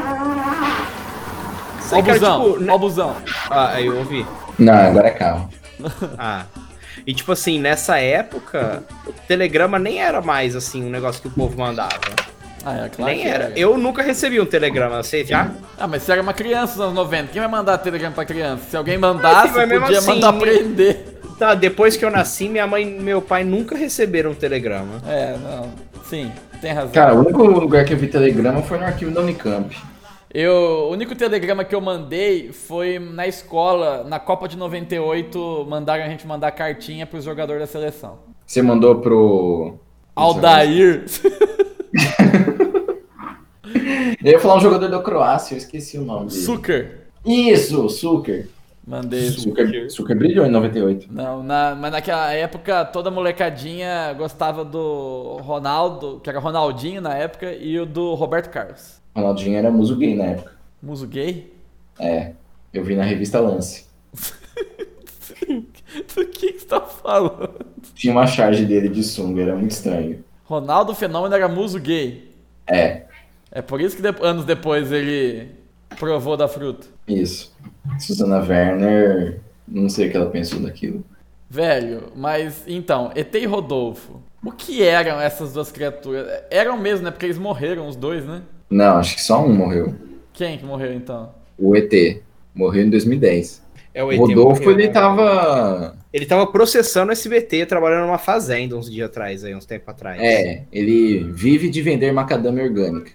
Ó o Cara, busão, tipo, ó o busão. Ah, aí eu ouvi. Não, agora é carro. Ah. E tipo assim, nessa época, o telegrama nem era mais assim um negócio que o povo mandava. Ah, é claro Nem que era. Eu nunca recebi um telegrama, você já? Ah, mas você era uma criança nos anos 90. Quem vai mandar telegrama pra criança? Se alguém mandasse, mas mesmo podia assim, mandar prender. Tá, depois que eu nasci, minha mãe e meu pai nunca receberam um telegrama. É, não. Sim, tem razão. Cara, o único lugar que eu vi telegrama foi no arquivo da Unicamp. O único telegrama que eu mandei foi na escola, na Copa de 98, mandaram a gente mandar cartinha pro jogador da seleção. Você mandou pro... Aldair. Eu ia falar um jogador da Croácia, eu esqueci o nome dele. Suker. Isso, Suker. Mandei. Suker brilhou em 98. Não, mas naquela época toda molecadinha gostava do Ronaldo, que era Ronaldinho na época, e o do Roberto Carlos. Ronaldinho era muso gay na época. Muso gay? É, eu vi na revista Lance. Do que você tá falando? Tinha uma charge dele de sunga, era muito estranho. Ronaldo Fenômeno era muso gay. É, É por isso que anos depois ele provou da fruta. isso. Susana Werner, não sei o que ela pensou daquilo. Velho, mas então, ET e Rodolfo, o que eram essas duas criaturas? Eram mesmo, né? Porque eles morreram, os dois, né? Não, acho que só um morreu. Quem que morreu então? O ET. Morreu em 2010. É, O Rodolfo, morreu, ele né? tava... Ele tava processando o SBT, trabalhando numa fazenda uns dias atrás, aí, uns tempos atrás. É, ele vive de vender macadâmia orgânica.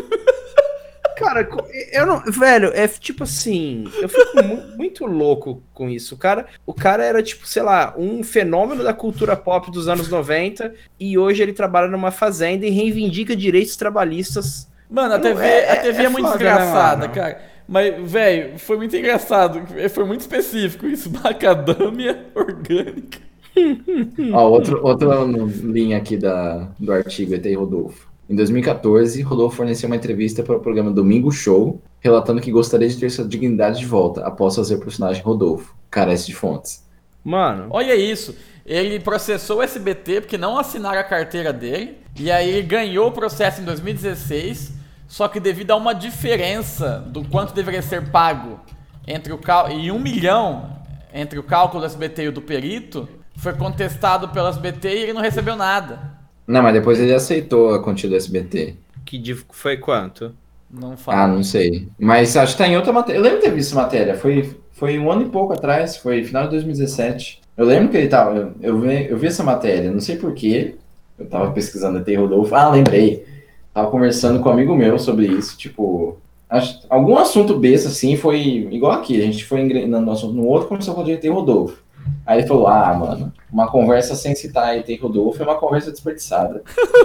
Cara, eu não. Velho, é tipo assim. Eu fico muito louco com isso. O cara era, tipo, sei lá, um fenômeno da cultura pop dos anos 90 e hoje ele trabalha numa fazenda e reivindica direitos trabalhistas. Mano, a Não, TV é muito foda, desgraçada, né, mano? cara. Mas, velho, foi muito engraçado. Foi muito específico isso. Macadâmia orgânica. Ó, outra linha aqui do artigo ET e Rodolfo. Em 2014, Rodolfo forneceu uma entrevista para o programa Domingo Show, relatando que gostaria de ter sua dignidade de volta após fazer o personagem Rodolfo. Carece de fontes. Mano, Olha isso. Ele processou o SBT porque não assinaram a carteira dele. E aí ele ganhou o processo em 2016. Só que devido a uma diferença do quanto deveria ser pago entre e 1 milhão entre o cálculo do SBT e o do perito, foi contestado pelo SBT e ele não recebeu nada. Não, mas depois ele aceitou a quantia do SBT. foi quanto? Não fala. Ah, não sei. Mas acho que tá em outra matéria. Eu lembro de ter visto essa matéria. Foi um ano e pouco atrás, foi final de 2017. Eu lembro que ele tava... Eu vi essa matéria, não sei porquê. Eu tava pesquisando ET e Rodolfo. Ah, lembrei. Tava conversando com um amigo meu sobre isso, tipo... algum assunto besta, assim, foi igual aqui. A gente foi engrenando no assunto no outro, começou a falar de ET e Rodolfo. Aí ele falou, mano, uma conversa sem citar ET e Rodolfo é uma conversa desperdiçada.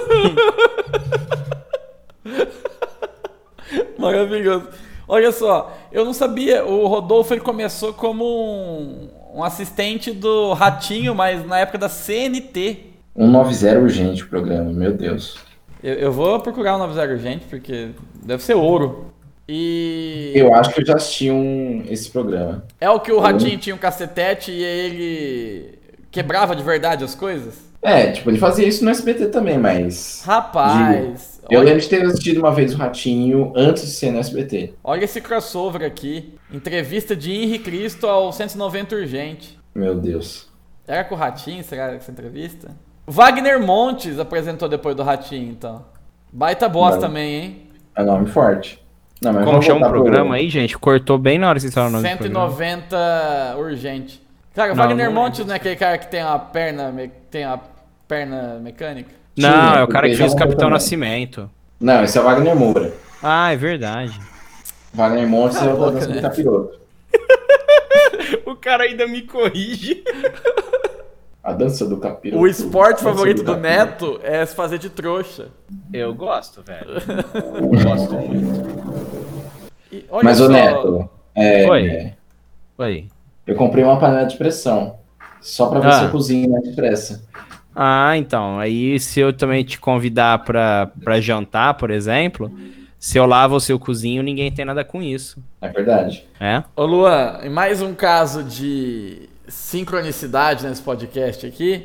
Maravilhoso. Olha só, eu não sabia, o Rodolfo ele começou como um assistente do Ratinho, mas na época da CNT. 190 urgente o programa, meu Deus. Eu vou procurar o 90 Urgente, porque deve ser ouro. E... Eu acho que eu já assisti esse programa. é o que o Ratinho tinha um cacetete e ele quebrava de verdade as coisas? É, tipo, ele fazia isso no SBT também, mas... Rapaz, Eu olha, lembro de ter assistido uma vez o Ratinho antes de ser no SBT. olha esse crossover aqui. Entrevista de Henri Cristo ao 190 Urgente. Meu Deus. Era com o Ratinho, será essa entrevista? Wagner Montes apresentou depois do Ratinho, então. Baita boss Vai. também, hein? É nome forte. Não, mas Como vamos chama o voltar pro- programa aí, gente? Cortou bem na hora que vocês falaram o nome do programa. 190 Urgente. Cara, o Não, Wagner não Montes não é aquele cara que tem a perna, mecânica? Não, Tinha, é o cara que porque fez já o Capitão morreu Nascimento. Não, esse é o Wagner Moura. Ah, é verdade. Wagner Montes é o da dança né? do capiroto. O cara ainda me corrige. A dança do capiroto. O esporte Dança favorito do capiroto. Neto é se fazer de trouxa. Eu gosto, velho. Eu gosto muito. E olha Mas, só, ô Neto, Oi. Oi. eu comprei uma panela de pressão. Só pra você Ah. cozinhar depressa. Ah, então. Aí se eu também te convidar pra jantar, por exemplo, se eu lavo o seu cozinho, ninguém tem nada com isso. É verdade. É? Ô Luan, em mais um caso de sincronicidade nesse podcast aqui,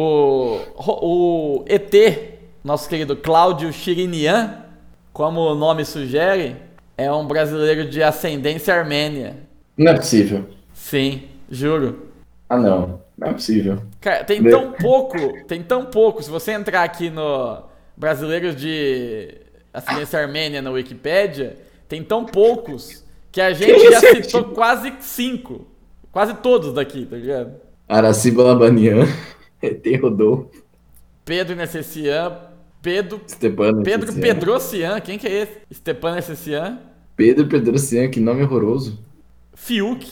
o ET, nosso querido Cláudio Chirinian, como o nome sugere, é um brasileiro de ascendência armênia. Não é possível. Sim, juro. Ah, não. Não é possível. Cara, tem tão pouco. Se você entrar aqui no Brasileiros de Ascendência Armênia na Wikipédia, tem tão poucos que a gente já citou quase 5. Quase todos daqui, tá ligado? Araciba Labanian, ET Rodolfo, Pedro Necessian, Pedro Necessian. Pedrocian, quem que é esse? Stepan Necessian, Pedro Pedrocian, que nome horroroso. Fiuk.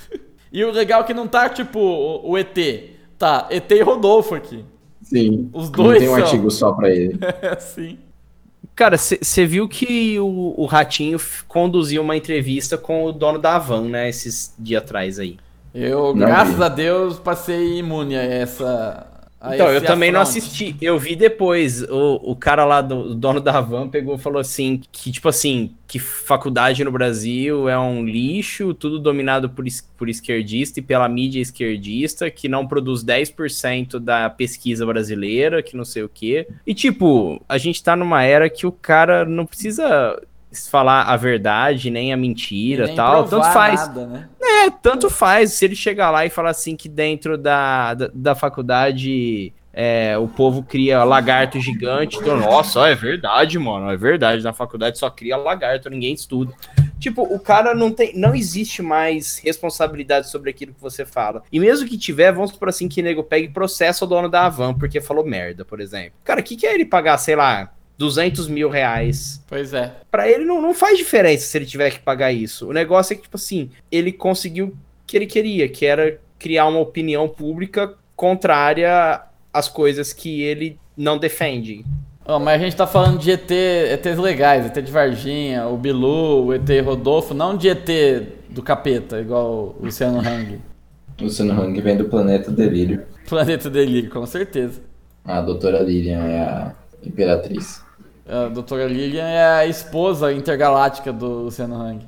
E o legal é que não tá tipo o ET, tá ET e Rodolfo aqui. Sim. Os dois tem um são. artigo só pra ele. Sim. Cara, você viu que o Ratinho conduziu uma entrevista com o dono da Havan, né? Esses dias atrás aí. Eu, Não graças vi. a Deus, passei imune a essa. Então, eu também não assisti. Eu vi depois. O cara lá, do dono da Havan, pegou e falou assim, que tipo assim, que faculdade no Brasil é um lixo, tudo dominado por esquerdista e pela mídia esquerdista, que não produz 10% da pesquisa brasileira, que não sei o quê. E tipo, a gente tá numa era que o cara não precisa falar a verdade, nem a mentira e tal. Tanto faz. Nada, né? Tanto faz. Se ele chegar lá e falar assim que dentro da faculdade o povo cria lagarto gigante, então, nossa, é verdade, mano, é verdade, na faculdade só cria lagarto, ninguém estuda. Tipo, o cara não existe mais responsabilidade sobre aquilo que você fala. E mesmo que tiver, vamos por assim que nego pegue e processa o dono da Havan porque falou merda, por exemplo. Cara, o que é ele pagar, sei lá, 200 mil reais? Pois é. Pra ele não faz diferença se ele tiver que pagar isso. O negócio é que, tipo assim, ele conseguiu o que ele queria, que era criar uma opinião pública contrária às coisas que ele não defende. Oh, mas a gente tá falando de ETs legais, ET de Varginha, o Bilu, o ET Rodolfo, não de ET do capeta, igual o Luciano Hang. Luciano Hang vem do Planeta Delírio. Planeta Delírio, com certeza. A doutora Lilian é a imperatriz. A doutora Lilian é a esposa intergaláctica do Luciano Hang.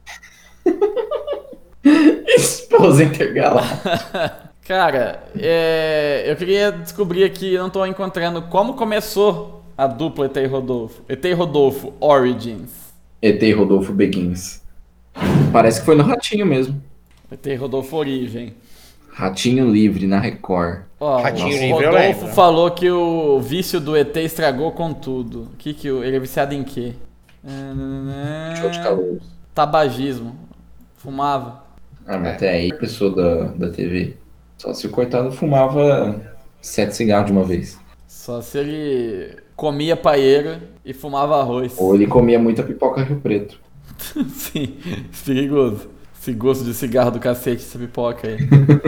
Esposa intergaláctica. Cara, eu queria descobrir aqui, eu não tô encontrando como começou a dupla ET e Rodolfo. ET e Rodolfo Origins. ET Rodolfo Begins. Parece que foi no Ratinho mesmo. ET e Rodolfo Origem. Ratinho Livre, na Record. Ó, Ratinho o Livre, eu Rodolfo lembro. falou que o vício do ET estragou com tudo. Ele é viciado em quê? Show de calor. Tabagismo. Fumava. Ah, mas até aí a pessoa da TV. Só se o coitado fumava 7 cigarros de uma vez. Só se ele comia paeira e fumava arroz. Ou ele comia muita pipoca Rio Preto. Sim, perigoso. Esse gosto de cigarro do cacete, essa pipoca aí.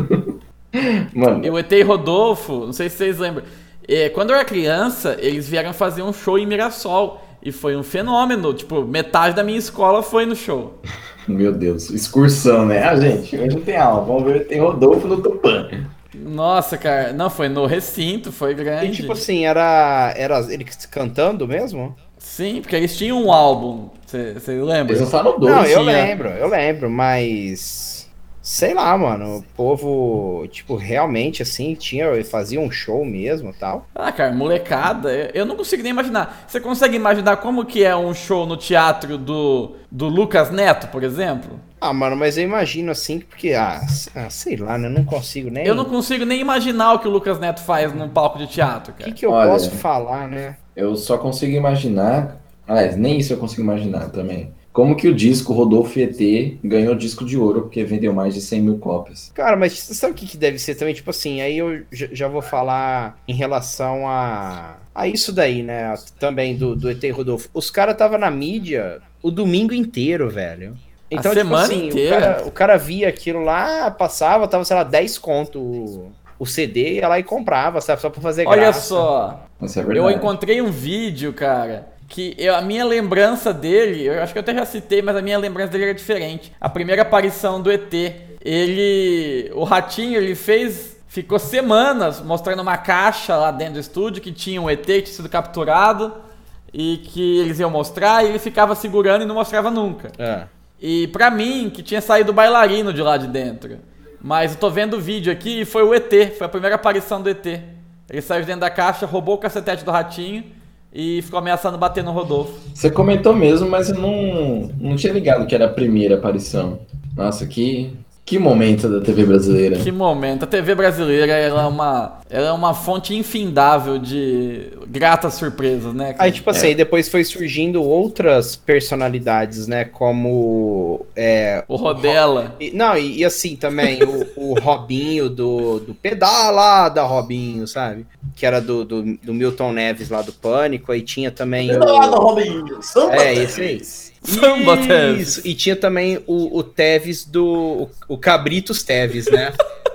Mano, E o ET e Rodolfo, não sei se vocês lembram. Quando eu era criança, eles vieram fazer um show em Mirassol. E foi um fenômeno. Tipo, metade da minha escola foi no show. meu Deus, excursão, né? Ah, gente, hoje não tem aula. Vamos ver o ET Rodolfo no Tupã. Nossa, cara. Não, foi no recinto, foi grande. E tipo assim, era ele cantando mesmo? Sim, porque eles tinham um álbum. Você lembra? Eles lançaram dois. Não, eu tinha. lembro, mas... Sei lá, mano, o povo, tipo, realmente, assim, fazia um show mesmo e tal. Ah, cara, molecada, eu não consigo nem imaginar. Você consegue imaginar como que é um show no teatro do Lucas Neto, por exemplo? Ah, mano, mas eu imagino assim, porque, sei lá, né, eu não consigo nem... Eu não consigo nem imaginar o que o Lucas Neto faz num palco de teatro, O cara. que eu Olha, posso falar, né? Eu só consigo imaginar. Aliás, nem isso eu consigo imaginar também. Como que o disco Rodolfo ET ganhou disco de ouro porque vendeu mais de 100 mil cópias? Cara, mas sabe o que deve ser também? Tipo assim, aí eu já vou falar em relação a isso daí, né? Também do ET Rodolfo. Os caras estavam na mídia o domingo inteiro, velho. Então, A semana tipo assim, inteira? o cara via aquilo lá, passava, tava, sei lá, 10 conto o CD, ia lá e comprava, sabe? Só pra fazer Olha graça. só, Isso é eu verdade. encontrei um vídeo, cara, que a minha lembrança dele, eu acho que eu até já citei, mas a minha lembrança dele era diferente. A primeira aparição do ET, o Ratinho, ficou semanas mostrando uma caixa lá dentro do estúdio que tinha um ET que tinha sido capturado e que eles iam mostrar e ele ficava segurando e não mostrava nunca. E pra mim, que tinha saído o bailarino de lá de dentro. Mas eu tô vendo o vídeo aqui e foi o ET, foi a primeira aparição do ET. Ele saiu de dentro da caixa, roubou o cacetete do Ratinho e ficou ameaçando bater no Rodolfo. Você comentou mesmo, mas eu não tinha ligado que era a primeira aparição. Nossa, que Que momento da TV brasileira. Que momento. A TV brasileira, ela é uma fonte infindável de gratas surpresas, né, cara? Aí, tipo assim, depois foi surgindo outras personalidades, né? Como. O Rodela. E assim também, o Robinho do Pedala da Robinho, sabe? Que era do Milton Neves lá do Pânico. Aí tinha também. Robinho, Esse aí. Samba Teves. Isso, e tinha também o Teves o Cabritos Teves, né?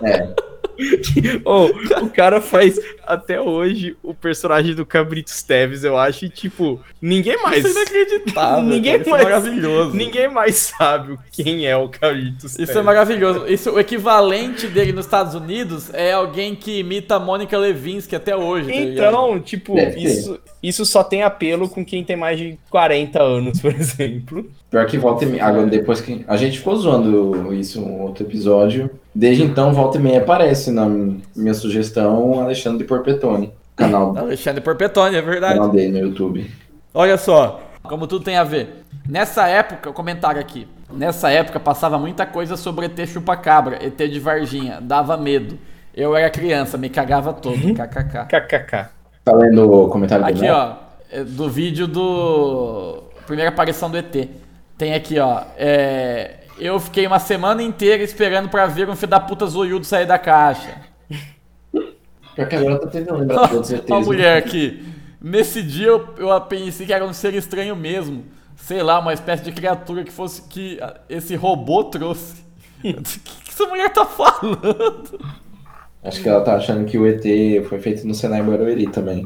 O cara faz até hoje o personagem do Cabritos Teves, eu acho, e tipo, ninguém mais. Isso é inacreditável. Ninguém Isso mais, é maravilhoso. Ninguém mais sabe quem é o Cabritos Teves. Isso é maravilhoso. Isso, o equivalente dele nos Estados Unidos é alguém que imita a Mônica Lewinsky até hoje. Tá então, tipo, isso só tem apelo com quem tem mais de 40 anos, por exemplo. Pior que volta e meia. Agora, depois que. A gente ficou zoando isso em um outro episódio. Desde então, volta e meia aparece na minha sugestão Alexandre Porpetone. Canal, Alexandre Porpetone, é verdade. canal dele no YouTube. Olha só, como tudo tem a ver. Nessa época, comentário aqui. Nessa época passava muita coisa sobre ET Chupacabra, ET de Varginha. Dava medo. Eu era criança, me cagava todo. KKK. KKK. Tá lendo o comentário do Aqui, Léo? ó, do vídeo do primeira aparição do ET. Tem aqui, ó, eu fiquei uma semana inteira esperando pra ver um filho da puta zoiudo sair da caixa. Pior que agora eu tô tentando lembrar de todos os ETs. Uma mulher aqui. Nesse dia eu pensei que era um ser estranho mesmo. Sei lá, uma espécie de criatura que esse robô trouxe. O que essa mulher tá falando? Acho que ela tá achando que o ET foi feito no Senai Barueri também.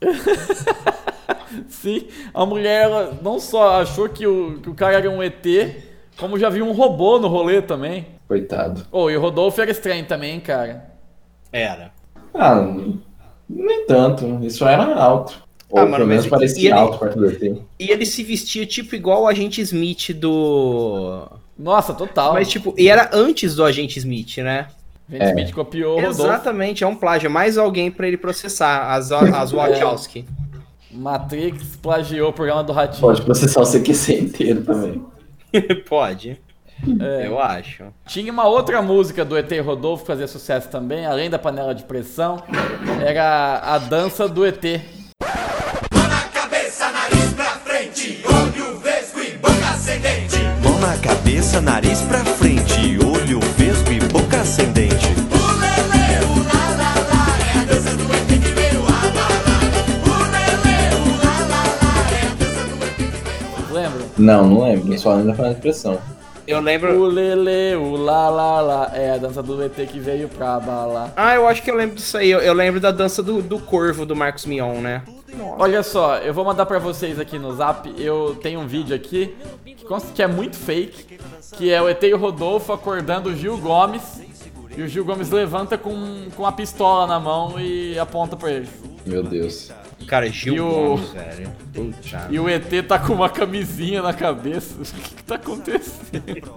Sim, a mulher ela não só achou que o cara era um ET, como já viu um robô no rolê também. Coitado. E o Rodolfo era estranho também, cara. Era. Nem tanto. Isso era alto. Ou mano, pelo menos mas parecia e ele- alto perto do ET. E ele se vestia tipo igual o Agente Smith do... Nossa, total. Mas tipo, e era antes do Agente Smith, né? Vin Smith copiou o Rodolfo. Exatamente, é um plágio. É mais alguém pra ele processar, as Wachowski. Matrix plagiou o programa do Ratinho. Pode processar o CQC inteiro também. Pode. Eu acho. Tinha uma outra música do ET Rodolfo que fazia sucesso também, além da panela de pressão. Era a dança do ET. Mão na cabeça, nariz pra frente, olho vesgo e boca ascendente. Mão na cabeça, nariz pra frente, olho vesgo e boca ascendente. O lele, o la la la, é a dança do ET que veio abalar. O lele, o la la la, é a dança do ET que veio abalar. Lembra? Não lembro. Só lembro da panela de pressão. Eu lembro... O lele, o lá lá lá, é a dança do ET que veio pra balar. eu acho que eu lembro disso aí. Eu lembro da dança do corvo do Marcos Mion, né? Olha só, eu vou mandar pra vocês aqui no Zap, eu tenho um vídeo aqui que é muito fake, que é o ET e o Rodolfo acordando o Gil Gomes, e o Gil Gomes levanta com a pistola na mão e aponta pra ele. Meu Deus. Cara, Gil E o- Gomes, velho. Puta. E o ET tá com uma camisinha na cabeça. O que tá acontecendo?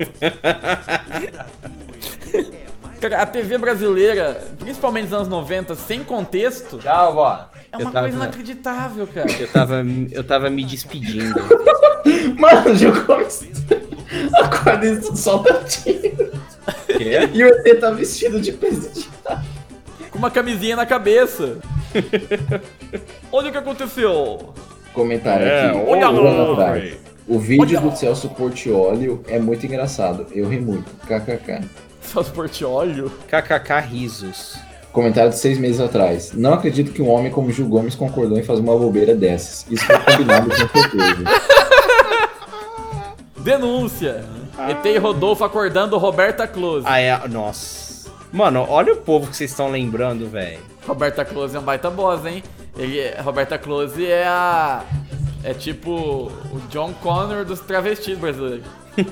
Cara, a TV brasileira, principalmente nos anos 90, sem contexto, Tchau, vó. é uma coisa inacreditável, cara. Eu tava me despedindo. Mano, o Gil Gomes acorda e solta tiro. Quê? E o ET tá vestido de presente. Com uma camisinha na cabeça. Olha o que aconteceu. Comentário aqui. olha Um lá, ano atrás. velho. O vídeo do Celso Portiolli é muito engraçado. Eu ri muito. KKK. Celso Portiolli. KKK risos. Comentário de 6 meses atrás. Não acredito que um homem como Gil Gomes concordou em fazer uma bobeira dessas. Isso foi combinado com certeza. Denúncia. ET e Rodolfo acordando Roberta Close. Nossa. Mano, olha o povo que vocês estão lembrando, velho. Roberta Close é um baita boss, hein? Roberta Close é tipo o John Connor dos travestis brasileiros.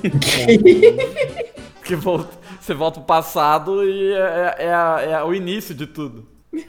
Que você volta pro passado e é o início de tudo.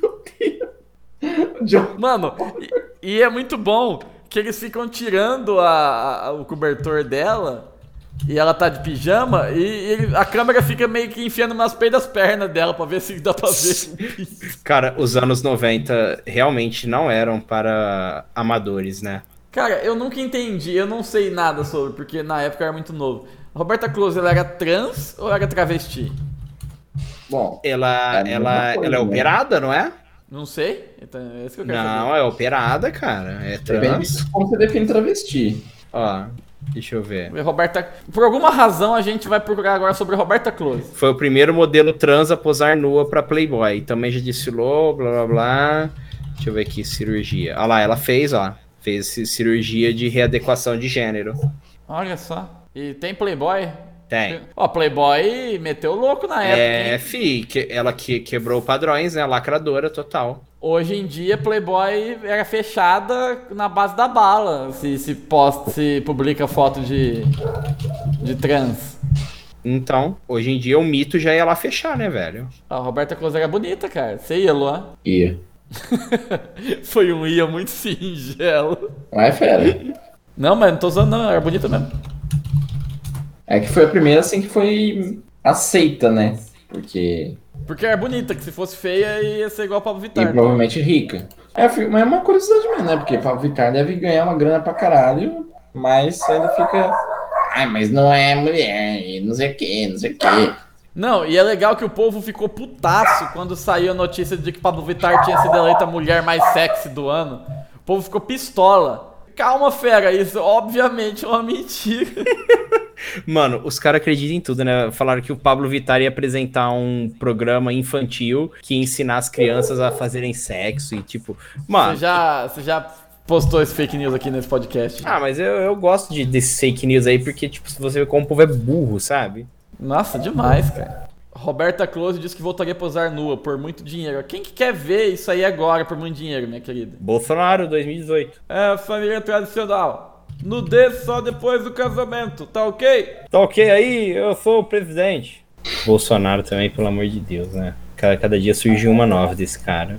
Mano, e é muito bom que eles ficam tirando o cobertor dela e ela tá de pijama e a câmera fica meio que enfiando umas peitas das pernas dela pra ver se dá pra ver. Cara, os anos 90 realmente não eram para amadores, né? Cara, eu nunca entendi, eu não sei nada sobre, porque na época eu era muito novo. A Roberta Close, ela era trans ou era travesti? Bom, Ela é operada, não é? Não sei. Então, é isso que eu quero Não, saber. é operada, cara. É depende trans. como você define travesti. Ó, deixa eu ver. Roberta... Por alguma razão, a gente vai procurar agora sobre Roberta Close. Foi o primeiro modelo trans a posar nua pra Playboy. Também já desfilou, blá blá blá. Deixa eu ver aqui, cirurgia. Olha lá, ela fez, ó. Fez cirurgia de readequação de gênero. Olha só. E tem Playboy? Tem. Ó, Playboy meteu louco na época, É, hein? ela quebrou padrões, né? Lacradora total. Hoje em dia, Playboy era fechada na base da bala. Se publica foto de trans. Então, hoje em dia o mito já ia lá fechar, né, velho? A Roberta Close era bonita, cara. Você ia, Luan? Ia. Foi um ia muito singelo. Mas é fera. Não, mas não tô usando não, era bonita mesmo. É que foi a primeira, assim, que foi aceita, né? Porque... Porque era bonita, que se fosse feia ia ser igual a Pablo E Vittar. provavelmente rica. Mas é uma curiosidade mesmo, né? Porque Pablo Vittar deve ganhar uma grana pra caralho, mas ainda fica... Ai, mas não é mulher, e não sei o que, não sei o que. Não, e é legal que o povo ficou putaço quando saiu a notícia de que Pablo Vittar tinha sido eleita a mulher mais sexy do ano. O povo ficou pistola. Calma, fera, isso obviamente é uma mentira. Mano, os caras acreditam em tudo, né? Falaram que o Pablo Vittar ia apresentar um programa infantil que ia ensinar as crianças a fazerem sexo e tipo... Mano, Você já postou esse fake news aqui nesse podcast. ah, mas eu gosto desses fake news aí porque, tipo, se você vê como o povo é burro, sabe? Nossa, demais, cara. Roberta Close disse que voltaria a posar nua por muito dinheiro. Quem que quer ver isso aí agora por muito dinheiro, minha querida? Bolsonaro, 2018. É, família tradicional. Nudez só depois do casamento, tá ok? Tá ok aí? Eu sou o presidente. Bolsonaro também, pelo amor de Deus, né? Cada dia surgiu uma nova desse cara.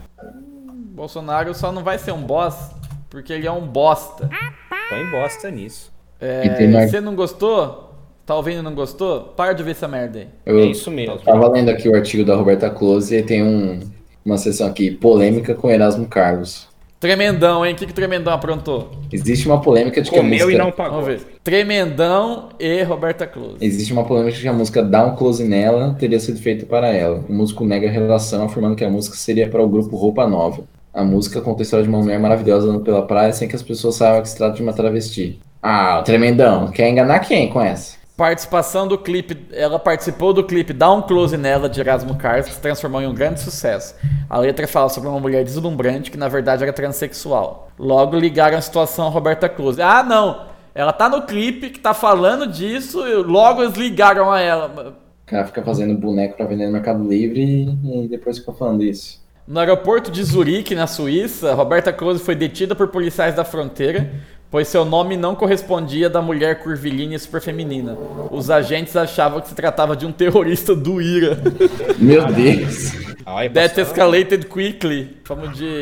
Bolsonaro só não vai ser um boss porque ele é um bosta. Põe bosta nisso. E tem mais- Você não gostou? Tá ouvindo e não gostou? Para de ver essa merda aí. Eu É isso mesmo. tava lendo aqui o artigo da Roberta Close e tem uma seção aqui, polêmica com Erasmo Carlos. Tremendão, hein? O que o Tremendão aprontou? Existe uma polêmica de que a Comeu música... e não pagou. Vamos ver. Tremendão e Roberta Close. Existe uma polêmica de que a música Dá um Close Nela teria sido feita para ela. O músico nega a relação, afirmando que a música seria para o grupo Roupa Nova. A música conta a história de uma mulher maravilhosa andando pela praia sem que as pessoas saibam que se trata de uma travesti. Ah, o Tremendão, quer enganar quem com essa? Participação do clipe, ela participou do clipe Dá um Close Nela de Erasmo Carlos, que se transformou em um grande sucesso. A letra fala sobre uma mulher deslumbrante que na verdade era transexual. Logo ligaram a situação a Roberta Close. Ah, não! Ela tá no clipe que tá falando disso e logo eles ligaram a ela. O cara fica fazendo boneco pra vender no Mercado Livre e depois fica falando isso. No aeroporto de Zurique, na Suíça, Roberta Close foi detida por policiais da fronteira, pois seu nome não correspondia da mulher curvilínea e super feminina. Os agentes achavam que se tratava de um terrorista do IRA. Meu Deus. Olha, That escalated quickly. Fomos de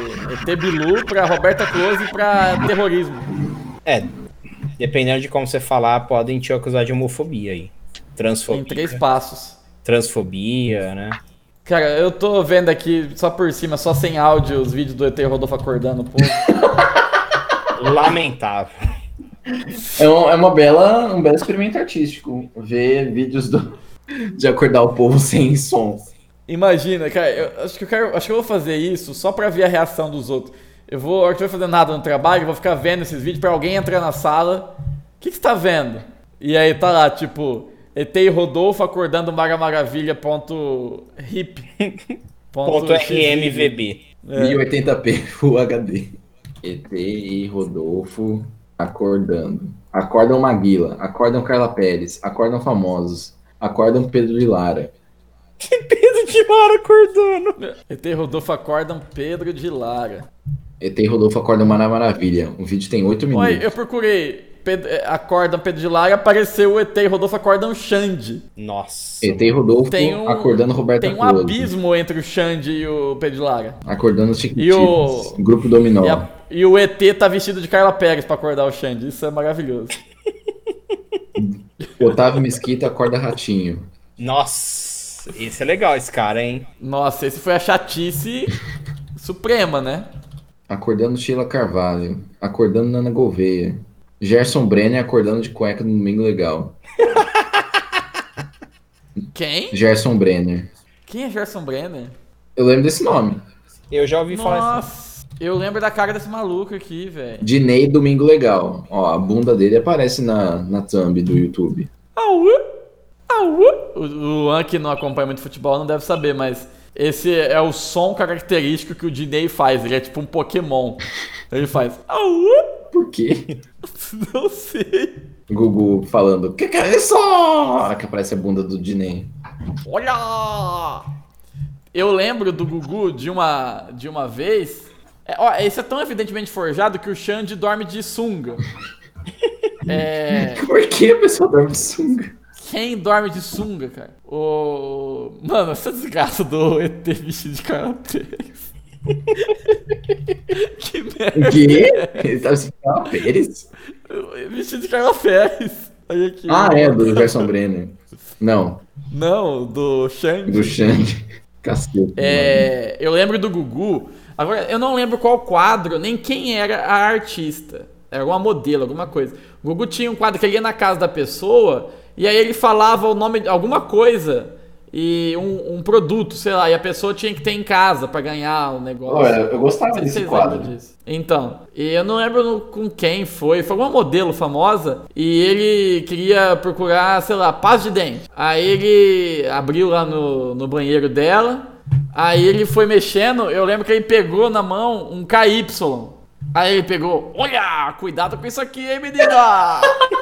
ET Bilu pra Roberta Close pra terrorismo. É, dependendo de como você falar, podem te acusar de homofobia aí. Transfobia. Em 3 passos. Transfobia, né? Cara, eu tô vendo aqui, só por cima, só sem áudio, os vídeos do ET Rodolfo acordando o povo. Lamentável. É um belo experimento artístico. Ver vídeos de acordar o povo sem som. Imagina, cara, eu acho que eu vou fazer isso só pra ver a reação dos outros. A hora que eu não fazer nada no trabalho, eu vou ficar vendo esses vídeos pra alguém entrar na sala. O que você tá vendo? E aí tá lá, tipo, ET e Rodolfo acordando Hip. Ponto RMVB. 1080p Full HD. ET e Rodolfo acordando. Acordam Maguila, acordam Carla Pérez, acordam famosos, acordam Pedro de Lara. Pedro de Lara acordando. ET e Rodolfo acordam Pedro de Lara. ET e Rodolfo acordam Maravilha. O vídeo tem 8 minutos. Oi, eu procurei acordam Pedro de Lara, apareceu o ET e Rodolfo acordam Xande. Nossa. ET e Rodolfo acordando Roberta Tem um Close. abismo entre o Xande e o Pedro de Lara. Acordando os E Chiquititas. Grupo Dominó. E o ET tá vestido de Carla Pérez pra acordar o Xande. Isso é maravilhoso. Otávio Mesquita acorda Ratinho. Nossa. Esse é legal, esse cara, hein? Nossa, esse foi a chatice suprema, né? Acordando Sheila Carvalho. Acordando Nana Gouveia. Gerson Brenner acordando de cueca no Domingo Legal. Quem? Gerson Brenner. Quem é Gerson Brenner? Eu lembro desse nome. Eu já ouvi falar assim. Nossa, eu lembro da cara desse maluco aqui, velho. Dinei Domingo Legal. Ó, a bunda dele aparece na thumb do YouTube. O An que não acompanha muito futebol não deve saber, mas esse é o som característico que o Dinei faz. Ele é tipo um Pokémon. Ele faz. Por quê? Não sei. Gugu falando, que é isso? Que aparece a bunda do Dinei. Olha! Eu lembro do Gugu de uma vez. Esse é tão evidentemente forjado que o Xande dorme de sunga. Por que a pessoa dorme de sunga? Quem dorme de sunga, cara? Mano, essa desgraça do ET vestido de Carapéres. Que merda. O quê? Ele tava se falando Pérez? Vestido de Carapéres. Olha aqui. Do Gerson Brenner. Não, Não, do Xande. do Xande. Cacete. Eu lembro do Gugu. Agora, eu não lembro qual quadro, nem quem era a artista. Era uma modelo, alguma coisa. O Gugu tinha um quadro que ele ia na casa da pessoa e aí ele falava o nome de alguma coisa e um produto, sei lá, e a pessoa tinha que ter em casa pra ganhar o negócio. Olha, eu gostava Não sei se desse vocês quadro. lembram disso. Então, e eu não lembro com quem foi alguma modelo famosa e ele queria procurar, sei lá, pasta de dente. Aí ele abriu lá no banheiro dela, aí ele foi mexendo, eu lembro que ele pegou na mão um KY. Aí ele pegou, olha, cuidado com isso aqui, hein, menina!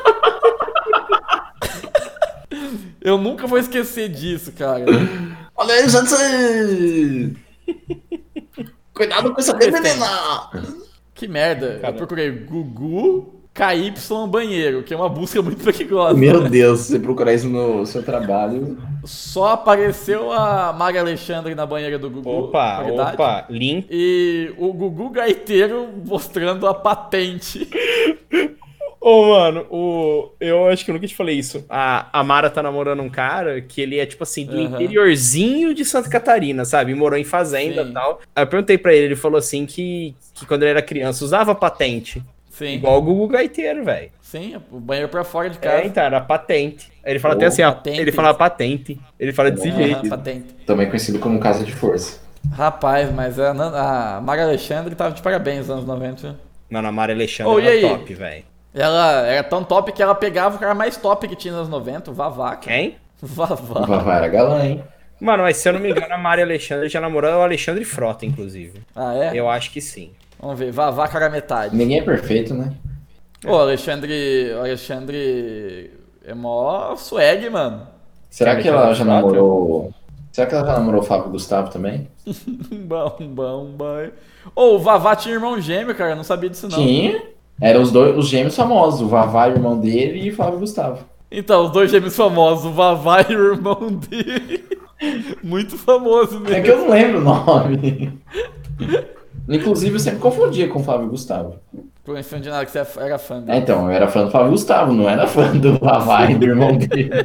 Eu nunca vou esquecer disso, cara. Olha aí, Jansen! Cuidado com isso aqui, menina! Que merda, eu procurei Gugu KY banheiro, que é uma busca muito perigosa. Meu Deus, se você procurar isso no seu trabalho... Só apareceu a Maria Alexandre na banheira do Gugu. Opa, link. E o Gugu gaiteiro mostrando a patente. Mano, eu acho que eu nunca te falei isso. A Mara tá namorando um cara que ele é, tipo assim, do interiorzinho de Santa Catarina, sabe? Morou em fazenda e tal. Aí eu perguntei pra ele falou assim que quando ele era criança usava patente. Sim. Igual o Gugu gaiteiro, velho. Sim, o banheiro pra fora de casa. Então, era patente. Aí ele fala até assim, patente. ele fala patente. Ele fala desse jeito. Patente. Também conhecido como Casa de Força. Rapaz, mas a Maria Alexandre tava de parabéns nos anos 90. Mano, a Mara Alexandre era top, velho. Ela era tão top que ela pegava o cara mais top que tinha nos anos 90, o Vavá. Cara. Quem? Vavá. O Vavá era galã, hein? Mano, mas se eu não me engano, a Mari Alexandre já namorou o Alexandre Frota, inclusive. Ah, é? Eu acho que sim. Vamos ver, Vavá cara metade. Ninguém é perfeito, né? O Alexandre é mó swag, mano. Será que ela já namorou... Será que ela já namorou o Fábio Gustavo também? Bom. O Vavá tinha irmão gêmeo, cara, eu não sabia disso não. Tinha. Eram os gêmeos famosos, o Vavá, o irmão dele, e o Fábio Gustavo. Então, os dois gêmeos famosos, o Vavá e o irmão dele. Muito famoso mesmo. É que eu não lembro o nome. Inclusive, eu sempre confundia com o Fábio Gustavo. Por isso de nada que você era fã dele. Então, eu era fã do Fábio Gustavo, não era fã do Vavá e do irmão dele.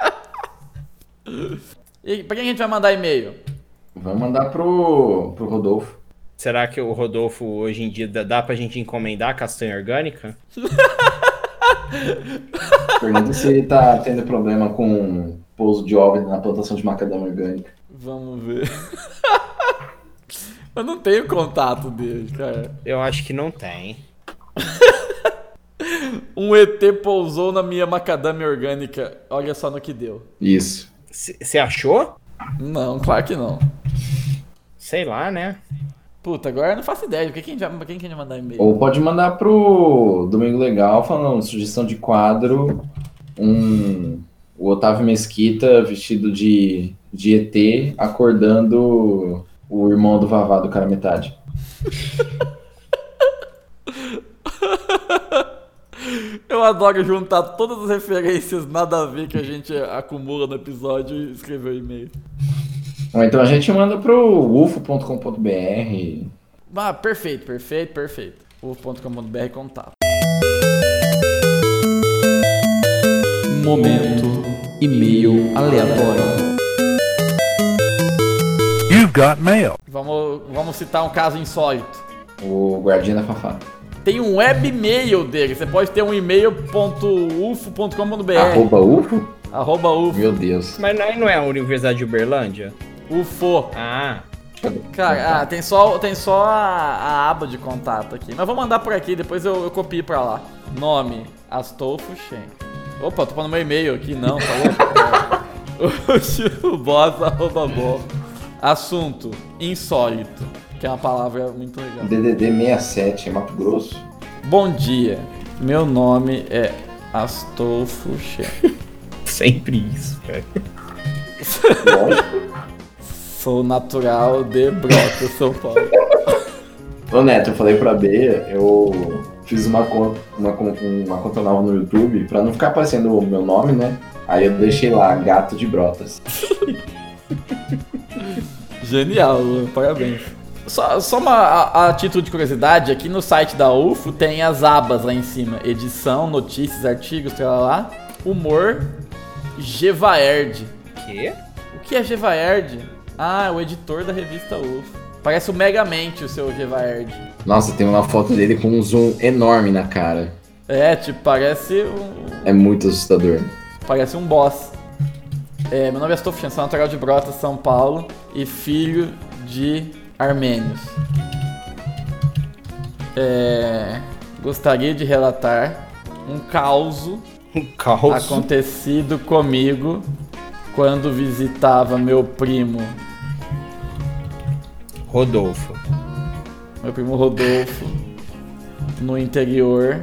E pra quem a gente vai mandar e-mail? Vamos mandar pro Rodolfo. Será que o Rodolfo, hoje em dia, dá pra gente encomendar castanha orgânica? Pergunta se ele tá tendo problema com pouso de ovos na plantação de macadâmia orgânica. Vamos ver. Eu não tenho contato dele, cara. Eu acho que não tem. Um ET pousou na minha macadâmia orgânica. Olha só no que deu. Isso. Você achou? Não, claro que não. Sei lá, né? Puta, agora eu não faço ideia. Pra quem que a gente vai mandar e-mail? Ou pode mandar pro Domingo Legal falando sugestão de quadro. O Otávio Mesquita vestido de ET acordando o irmão do Vavá do cara metade. Eu adoro juntar todas as referências nada a ver que a gente acumula no episódio e escrever o e-mail. Ou então a gente manda pro ufo.com.br. Ah, perfeito. ufo.com.br contato. Momento e-mail aleatório. You've got mail. Vamos citar um caso insólito. O Guardinha da Fafá. Tem um web e-mail dele. Você pode ter um e-mail.ufo.com.br. @ufo? @UFO. Meu Deus. Mas não é a Universidade de Uberlândia? UFO. Ah, Cara, tem só a aba de contato aqui. Mas vou mandar por aqui, depois eu copio pra lá. Nome, Astolfo Shen. Opa, tô falando meu e-mail aqui, não, tá louco? O boss, @bom. Assunto, insólito, que é uma palavra muito legal. DDD 67, é Mato Grosso. Bom dia, meu nome é Astolfo Shen. sempre isso, cara. Lógico. Sou natural de Brotas, São Paulo. Ô Neto, eu falei pra Bea, eu fiz uma conta nova no YouTube pra não ficar aparecendo o meu nome, né? Aí eu deixei lá, Gato de Brotas. Genial, Luan, parabéns. Só a título de curiosidade, aqui no site da UFO tem as abas lá em cima. Edição, notícias, artigos, lá. Humor, Gevaerd. Quê? O que é Gevaerd? Ah, o editor da revista UFO. Parece o Megamente, o seu Gevaerd. Nossa, tem uma foto dele com um zoom enorme na cara. É, tipo, parece É muito assustador. Parece um boss. Meu nome é Astolfo Shen, sou natural de Brotas, São Paulo e filho de armênios. Gostaria de relatar um caos acontecido comigo quando visitava meu primo Rodolfo. Meu primo Rodolfo no interior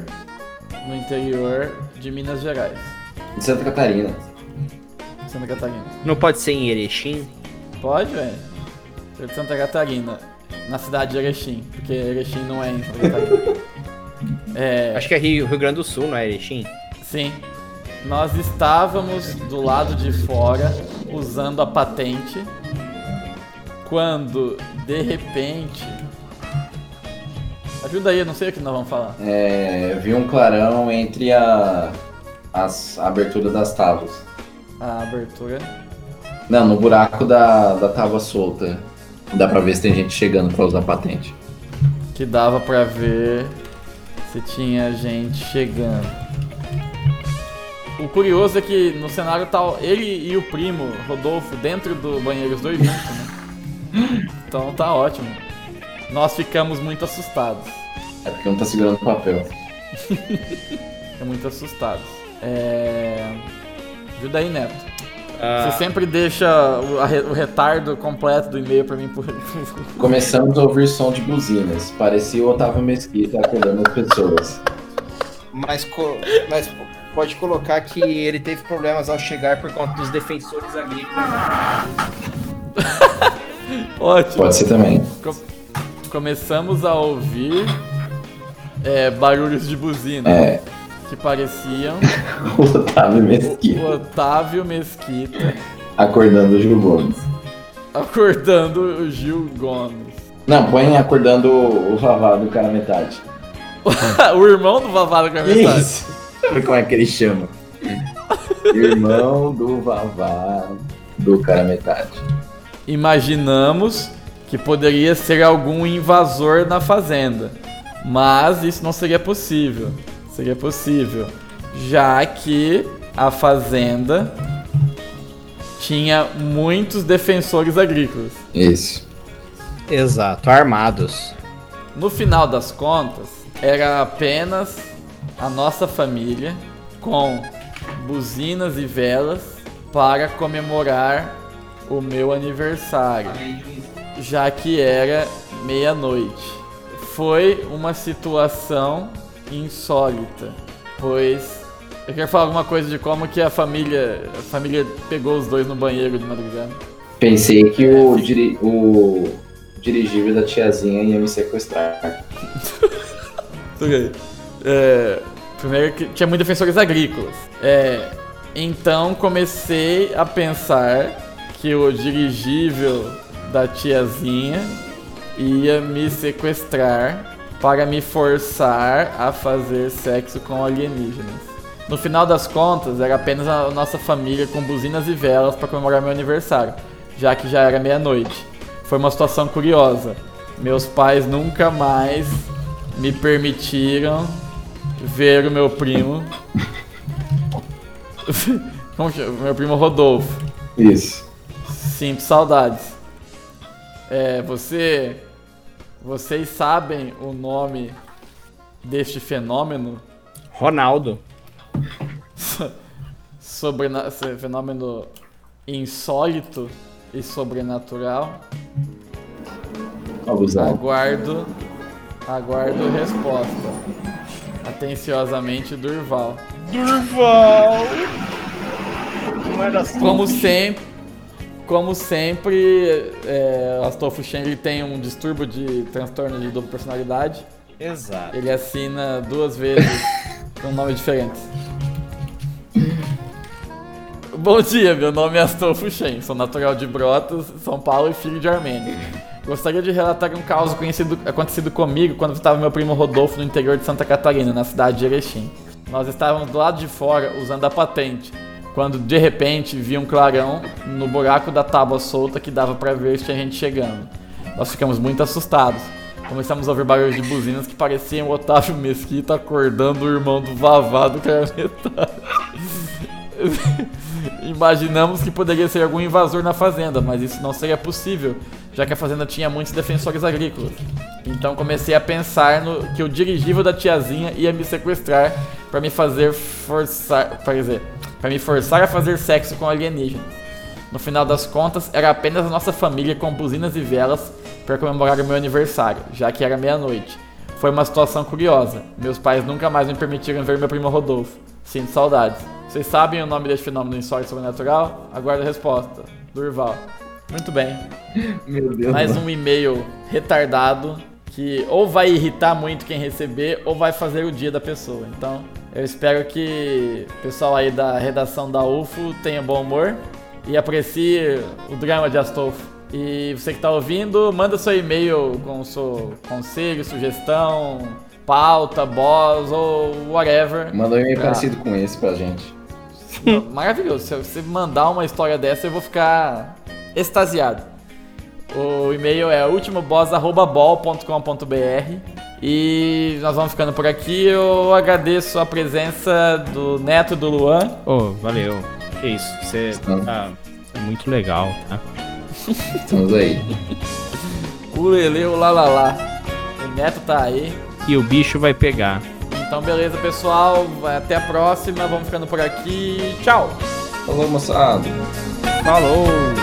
de Minas Gerais. De Santa Catarina. Santa Catarina. Não pode ser em Erechim? Pode, velho. Sou de Santa Catarina, na cidade de Erechim, porque Erechim não é em Santa Catarina. Acho que é Rio Grande do Sul, não é Erechim? Sim. Nós estávamos do lado de fora usando a patente quando, de repente... Ajuda aí, eu não sei o que nós vamos falar. Vi um clarão entre a abertura das tábuas. A abertura... Não, no buraco da tábua solta. Dá pra ver se tem gente chegando pra usar a patente. Que dava pra ver se tinha gente chegando. O curioso é que no cenário tá ele e o primo, Rodolfo, dentro do banheiro, os dois juntos, né? Então tá ótimo. Nós ficamos muito assustados. É porque um tá segurando o papel. Ficamos muito assustados. Ajuda aí, Neto. Você sempre deixa o retardo completo do e-mail pra mim. Começamos a ouvir som de buzinas. Parecia o Otávio Mesquita acordando as pessoas. Mas pode colocar que ele teve problemas ao chegar por conta dos defensores agrícolas. Ótimo. Pode ser também. Começamos a ouvir barulhos de buzina que pareciam O Otávio Mesquita o Otávio Mesquita acordando o Gil Gomes. acordando o Gil Gomes. Não, põe acordando o Vavá do cara metade. O irmão do Vavá do cara metade. Isso. Como é que ele chama? Irmão do Vavá do cara metade. Imaginamos que poderia ser algum invasor na fazenda, mas isso não seria possível. Seria possível, já que a fazenda tinha muitos defensores agrícolas. Isso. Exato, armados. No final das contas, era apenas a nossa família com buzinas e velas para comemorar o meu aniversário, já que era meia-noite. Foi uma situação insólita, pois eu quero falar alguma coisa de como que a família pegou os dois no banheiro de madrugada. Pensei que o dirigível da tiazinha ia me sequestrar. Ok. Primeiro que tinha muitos defensores agrícolas. Então comecei a pensar que o dirigível da tiazinha ia me sequestrar para me forçar a fazer sexo com alienígenas. No final das contas, era apenas a nossa família com buzinas e velas para comemorar meu aniversário, já que já era meia-noite. Foi uma situação curiosa. Meus pais nunca mais me permitiram ver o meu primo Como que é? Meu primo Rodolfo. Isso. Sinto saudades. Vocês sabem o nome deste fenômeno? Ronaldo. Fenômeno insólito e sobrenatural? Abusado. Aguardo resposta. Atenciosamente, Durval. Durval! Não era assim. Como sempre, Astolfo Shen ele tem um distúrbio de transtorno de dupla personalidade. Exato. Ele assina 2 vezes com nomes diferentes. Bom dia, meu nome é Astolfo Shen, sou natural de Brotas, São Paulo e filho de armênio. Gostaria de relatar um caso acontecido comigo quando estava meu primo Rodolfo no interior de Santa Catarina, na cidade de Erechim. Nós estávamos do lado de fora usando a patente, quando de repente vi um clarão no buraco da tábua solta que dava pra ver se tinha gente chegando. Nós ficamos muito assustados. Começamos a ouvir barulhos de buzinas que pareciam o Otávio Mesquita acordando o irmão do Vavá do cara metade. Imaginamos que poderia ser algum invasor na fazenda, mas isso não seria possível, já que a fazenda tinha muitos defensores agrícolas. Então comecei a pensar que o dirigível da tiazinha ia me sequestrar para me forçar a fazer sexo com alienígenas. No final das contas, era apenas a nossa família com buzinas e velas para comemorar o meu aniversário, já que era meia-noite. Foi uma situação curiosa. Meus pais nunca mais me permitiram ver meu primo Rodolfo. Sinto saudades. Vocês sabem o nome desse fenômeno insólito sobrenatural? Aguardo a resposta. Durval. Muito bem. Meu Deus. Mais um e-mail retardado que ou vai irritar muito quem receber ou vai fazer o dia da pessoa. Então, eu espero que o pessoal aí da redação da UFO tenha bom humor e aprecie o drama de Astolfo. E você que está ouvindo, manda seu e-mail com seu conselho, sugestão, pauta, boss ou whatever. Manda um e-mail parecido com esse pra gente. Maravilhoso. Se você mandar uma história dessa, eu vou ficar extasiado. O e-mail é ultimoboss@bol.com.br. E nós vamos ficando por aqui. Eu agradeço a presença do Neto e do Luan. Valeu. Que isso, você tá muito legal, tá? Estamos aí. O Lele, o Lalala. O Neto tá aí. E o bicho vai pegar. Então beleza, pessoal. Até a próxima. Vamos ficando por aqui. Tchau. Falou, moçada. Falou!